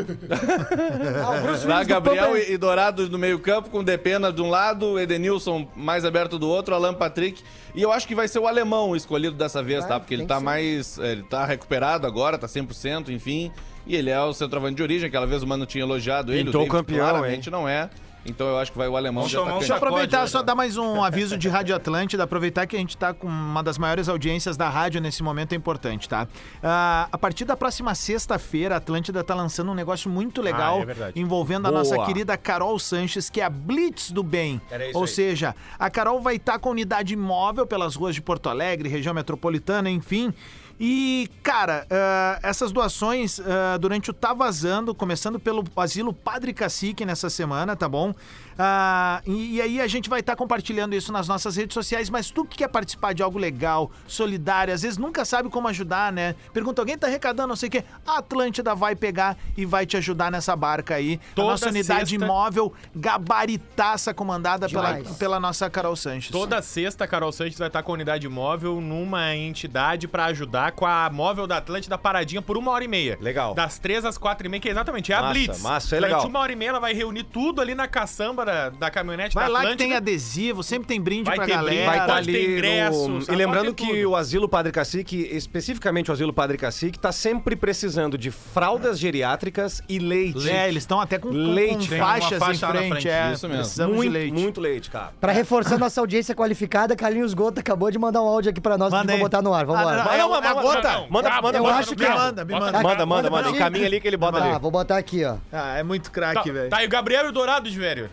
S5: Ah, o Bruce
S8: Lá,
S5: Willis do
S8: Gabriel
S5: Pampa-
S8: e e Dourado no meio campo, com Depena de um lado, Edenilson mais aberto do outro, Alan Patrick. E eu acho que vai ser o alemão o escolhido dessa vez,
S5: Vai,
S8: tá? Porque ele
S5: tem
S8: tá
S5: que ser.
S8: mais... Ele tá recuperado agora, tá cem por cento, enfim. E ele é o centroavante de origem, aquela vez o Mano tinha elogiado ele.
S11: Pintou
S8: o David
S11: campeão,
S8: claramente não é. Então eu acho que vai o alemão de
S6: Vamos tomar um
S8: atacante.
S2: Deixa eu aproveitar,
S6: Sacode,
S2: só
S6: né?
S2: dar mais um aviso de Rádio Atlântida, aproveitar que a gente tá com uma das maiores audiências da rádio nesse momento, é importante, tá? Ah, a partir da próxima sexta-feira, a Atlântida tá lançando um negócio muito legal,
S16: Ah, é verdade.
S2: envolvendo a
S11: Boa.
S2: nossa querida Carol Sanches, que é a Blitz do Bem.
S11: Era isso
S2: Ou
S11: aí.
S2: seja, a Carol vai estar com unidade móvel pelas ruas de Porto Alegre, região metropolitana, enfim. E, cara, ah, essas doações ah, durante o Tá Vazando, começando pelo Asilo Padre Cacique nessa semana, tá bom? Ah, e, e aí a gente vai estar compartilhando isso nas nossas redes sociais, mas tu que quer participar de algo legal, solidário, às vezes nunca sabe como ajudar, né? Pergunta, alguém tá arrecadando, não sei o quê. A Atlântida vai pegar e vai te ajudar nessa barca aí.
S16: Toda
S2: a nossa unidade
S16: sexta-
S2: móvel gabaritaça comandada pela,
S5: Demais.
S2: pela nossa Carol Sanches.
S16: Toda sexta, a Carol Sanches vai estar com a unidade móvel numa entidade pra ajudar com a móvel da Atlântida paradinha por uma hora e meia.
S11: Legal.
S16: Das três às quatro e meia, que é exatamente é a
S11: Massa,
S16: Blitz.
S11: massa, é
S16: Durante
S11: legal.
S16: uma hora e meia, ela vai reunir tudo ali na caçamba da, da caminhonete
S2: Vai
S16: da
S2: lá que
S16: Atlântida.
S2: tem adesivo, sempre tem brinde
S16: Vai
S2: pra
S16: ter brinde,
S2: galera.
S11: Vai estar
S16: pode ter
S11: ali
S16: ingresso,
S11: no...
S16: sabe?
S11: E lembrando
S16: Pode ter
S11: que
S16: tudo.
S11: o Asilo Padre Cacique, especificamente o Asilo Padre Cacique, tá sempre precisando de fraldas geriátricas e leite.
S2: É, eles estão até com, com,
S11: Leite.
S2: com
S11: Tem
S6: uma
S2: faixas
S6: faixa
S2: em
S6: na
S2: frente,
S6: frente,
S2: é.
S8: isso mesmo.
S2: Precisamos
S11: muito,
S2: de leite.
S11: muito leite, cara.
S5: Pra reforçar nossa audiência qualificada, Carlinhos Gota acabou de mandar um áudio aqui pra nós
S2: Manda
S5: pra
S2: aí.
S5: botar no ar. Vamos
S2: Ah,
S5: lá.
S2: não,
S11: Manda,
S2: é,
S11: manda,
S2: é a
S11: manda,
S2: gota.
S11: não, manda,
S16: Tá,
S11: manda,
S5: eu
S11: manda,
S5: acho que
S2: me
S5: é.
S2: manda, me
S16: Bota
S2: manda.
S16: na
S11: Manda, manda, manda.
S5: Sim.
S11: Encaminha ali que ele bota
S5: Tá,
S11: ali.
S5: vou botar aqui, ó.
S2: Ah, é muito craque,
S16: Tá,
S2: velho.
S16: tá, e o Gabriel e o Dourado, de velho.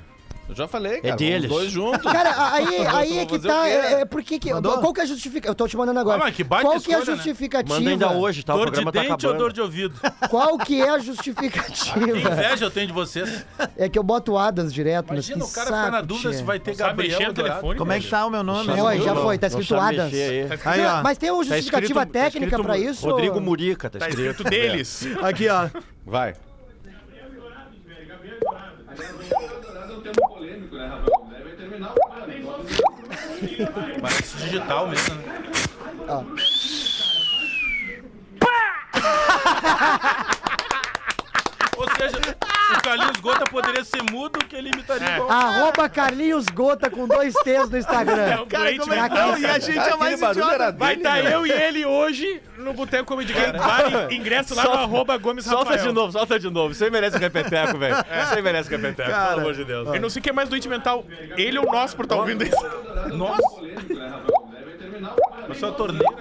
S8: Eu já falei, cara.
S12: É deles.
S8: Os dois juntos.
S5: Cara, aí, aí é que
S8: Fazer o
S5: tá.
S8: quê?
S5: É, é porque que, qual que é a justificativa? Eu tô te mandando agora.
S6: Ah, mas que baita
S5: qual que é a
S6: escolha, né?
S5: justificativa?
S12: Manda ainda hoje, tá? O
S6: Dor de
S12: programa tá
S6: dente ou
S12: acabando.
S6: dor de ouvido?
S5: Qual que é a
S6: Que
S5: justificativa?
S6: inveja eu tenho de vocês.
S5: É que eu boto o Adams direto. mas
S6: Imagina
S5: que
S6: o cara
S5: saco,
S6: ficar na dúvida
S5: tia.
S6: se vai ter
S16: Sabe
S6: Gabriel
S16: mexer
S6: ou
S16: no
S6: Dourado.
S16: telefone?
S2: Como é que tá o meu nome?
S5: Não, já foi, tá
S12: Não
S5: escrito
S12: sabe
S5: Adams.
S12: mexer aí.
S2: Aí, ó.
S5: Mas tem uma
S12: Tá
S5: justificativa
S12: escrito- tá
S5: técnica
S12: escrito
S5: pra isso?
S12: Rodrigo Murica, tá
S16: Tá
S12: escrito.
S16: escrito deles.
S2: Aqui, ó.
S8: Vai.
S6: Parece digital mesmo, né? Ou seja, o Carlinhos Gota poderia ser mudo que ele imitaria igual.
S5: Arroba Carlinhos Gota com dois T's no Instagram.
S16: É um doente
S2: como é que
S16: mental.
S2: não? E a gente
S8: Cara,
S2: é mais
S8: aquele barulho
S2: idiota.
S8: era
S16: Vai
S8: dele,
S16: estar
S8: meu.
S16: eu e ele hoje no Boteco Comedy Game Bar. Ingresso lá no
S12: Solta-
S16: arroba Gomes
S12: Solta
S16: Rafael.
S12: de novo, solta de novo. Você merece o repeteco, velho. Você merece o repeteco, pelo amor de Deus.
S16: Eu não sei quem é mais doente mental. Ele ou nós por estar ouvindo isso.
S6: Nossa! Eu sou a torneira.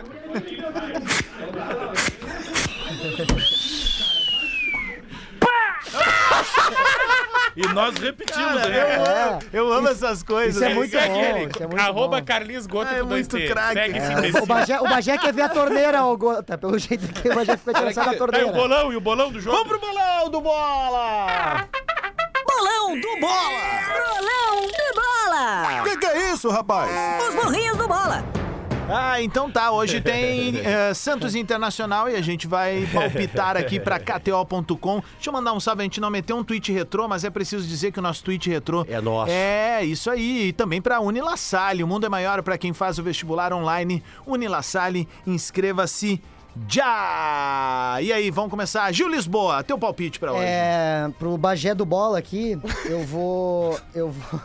S6: E nós repetimos,
S2: Cara,
S6: né?
S5: É.
S2: Eu amo essas coisas.
S5: Isso é
S2: né?
S5: muito
S16: Segue
S5: bom,
S16: ele.
S5: isso é muito
S16: Arroba
S5: bom.
S16: Carlinhos Gota
S2: Ah, é
S16: com dois
S2: muito
S16: T.
S2: craque.
S16: Segue esse
S5: É,
S16: imbecil.
S5: o, Bagé, o Bagé quer ver a torneira, ô Gota. Pelo jeito que o Bagé fica tirando da
S16: Tá, e o
S5: torneira.
S16: bolão, e o bolão do jogo?
S2: Vamos pro bolão do bola!
S17: Bolão do Bola! Bolão do Bola!
S4: Que que é isso, rapaz?
S17: Os burrinhos do Bola!
S2: Ah, então tá. Hoje tem eh, Santos Internacional e a gente vai palpitar aqui pra K T O ponto com. Deixa eu mandar um salve, a gente não meteu um tweet retrô, mas é preciso dizer que o nosso tweet retrô
S12: É nosso.
S2: É, isso aí. E também pra Unilassalle. O mundo é maior pra quem faz o vestibular online. Unilassalle, inscreva-se já! E aí, vamos começar. Gil Lisboa, teu palpite pra hoje.
S5: É, pro Bagé do Bola aqui, eu vou. Eu vou.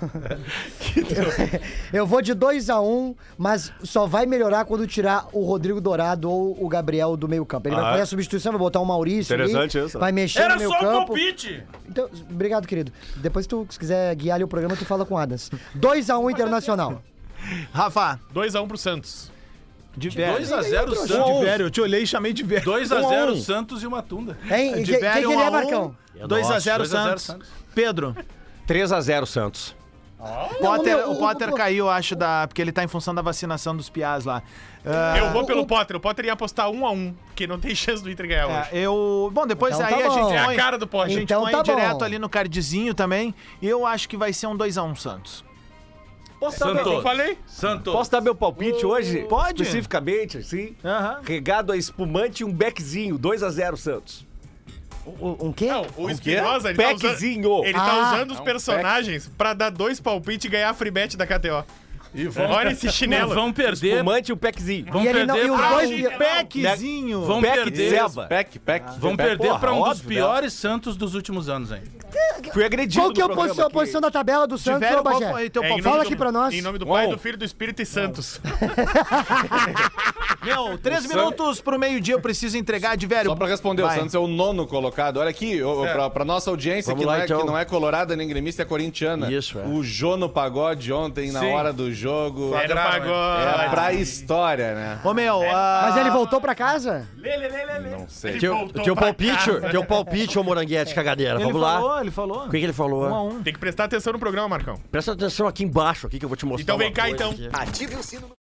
S5: eu, eu vou de dois a um, mas só vai melhorar quando tirar o Rodrigo Dourado ou o Gabriel do meio-campo. Ele
S12: Ah,
S5: vai
S12: é?
S5: fazer a substituição, vai botar o Maurício.
S12: Interessante
S5: ali,
S12: isso, né?
S5: Vai mexer
S6: Era
S5: no meio
S6: só um
S5: campo.
S6: palpite!
S5: Então, obrigado, querido. Depois, se tu quiser guiar ali o programa, tu fala com o Adams. dois a um Internacional.
S2: Rafa,
S16: dois a um pro Santos.
S2: de velho.
S6: dois a zero
S2: De
S6: Santos.
S2: velho, eu te olhei e chamei de velho.
S6: dois a zero Santos e uma tunda.
S5: Hein?
S2: De
S5: Quem, quem
S2: velho,
S5: que
S2: um
S5: ele
S2: a
S5: é,
S2: um.
S5: Marcão?
S2: dois a zero
S6: dois a zero
S2: Santos.
S6: Santos.
S2: Pedro,
S12: três a zero Santos.
S2: Potter,
S5: meu,
S2: o
S5: o-
S2: Potter
S5: o-
S2: caiu, acho, da, porque ele tá em função da vacinação dos piás lá. Ah,
S16: Eu vou
S5: o-
S16: pelo
S5: o-
S16: Potter. O Potter ia apostar um a um, porque não tem chance do Inter ganhar hoje.
S2: é, eu. Bom, depois
S5: Então
S2: aí
S5: tá
S2: a gente
S5: bom.
S16: É a
S2: põe.
S16: cara do
S2: A
S16: Potter.
S2: gente
S5: Então
S2: põe
S5: tá bom.
S2: direto ali no cardzinho também. E eu acho que vai ser um dois a um Santos.
S12: Posso dar,
S6: Santos.
S12: meu,
S16: Eu falei?
S6: Santos.
S12: posso dar meu palpite hoje?
S2: Pode.
S12: Especificamente, assim?
S2: Aham.
S12: Regado a espumante e um beckzinho. dois a zero Santos.
S5: O- Um quê?
S16: Não, o Espinosa, ele, tá usando,
S12: Packzinho.
S16: ele tá
S5: Ah.
S16: usando os personagens pra dar dois palpites e ganhar a free bet da K T O.
S6: E vão,
S16: Olha esse chinelo.
S6: Vão perder.
S12: Espumante e um packzinho.
S6: Vão
S5: E ele não-
S6: perder
S5: e os
S6: pra-
S5: dois-
S6: Ah,
S2: Packzinho.
S6: Vão
S12: Pack
S6: perder.
S12: de ceba.
S8: Pack, pack.
S6: Vão
S12: Pack,
S6: perder
S12: porra,
S6: pra um dos
S12: óbvio, né?
S6: piores Santos dos últimos anos, hein?
S12: Fui agredido
S5: Qual que é a
S12: no programa
S5: posição, a
S12: aqui.
S5: posição da tabela do Santos,
S2: velho,
S5: ô
S2: qual
S5: Bagé?
S2: foi teu
S16: É, em
S2: palpite?
S16: nome
S5: Fala
S16: do-
S5: aqui pra nós.
S16: Em nome do Pai,
S12: Uau.
S16: do Filho, do Espírito e Santos.
S2: Meu, três minutos pro meio-dia eu preciso entregar de velho.
S8: Só pra responder,
S2: Vai.
S8: o Santos é o nono colocado. Olha aqui, ô, pra, pra nossa audiência,
S12: Vamos
S8: que
S12: lá,
S8: não, é,
S12: então.
S8: que não é colorada nem gremista, é corintiana.
S12: Isso, é.
S8: O Jô no pagode ontem, na
S6: Sim.
S8: hora do jogo.
S16: Era o
S6: Flagraram,
S16: pagode.
S8: É pra história, né?
S2: Ô, meu, ah,
S5: Mas ele voltou pra casa?
S8: Não sei.
S12: Teu,
S16: voltou
S12: teu
S16: pra
S12: palpite,
S16: casa.
S12: teu palpite, ô Moranguete, cagadeira.
S2: ele
S12: Vamos lá.
S2: falou, ele falou.
S12: O que, que ele falou?
S2: Um a um.
S16: Tem que prestar atenção no programa, Marcão.
S12: Presta atenção aqui embaixo, aqui que eu vou te mostrar.
S16: Então vem
S12: uma
S16: cá,
S12: coisa
S16: então.
S12: aqui.
S17: Ative o sino.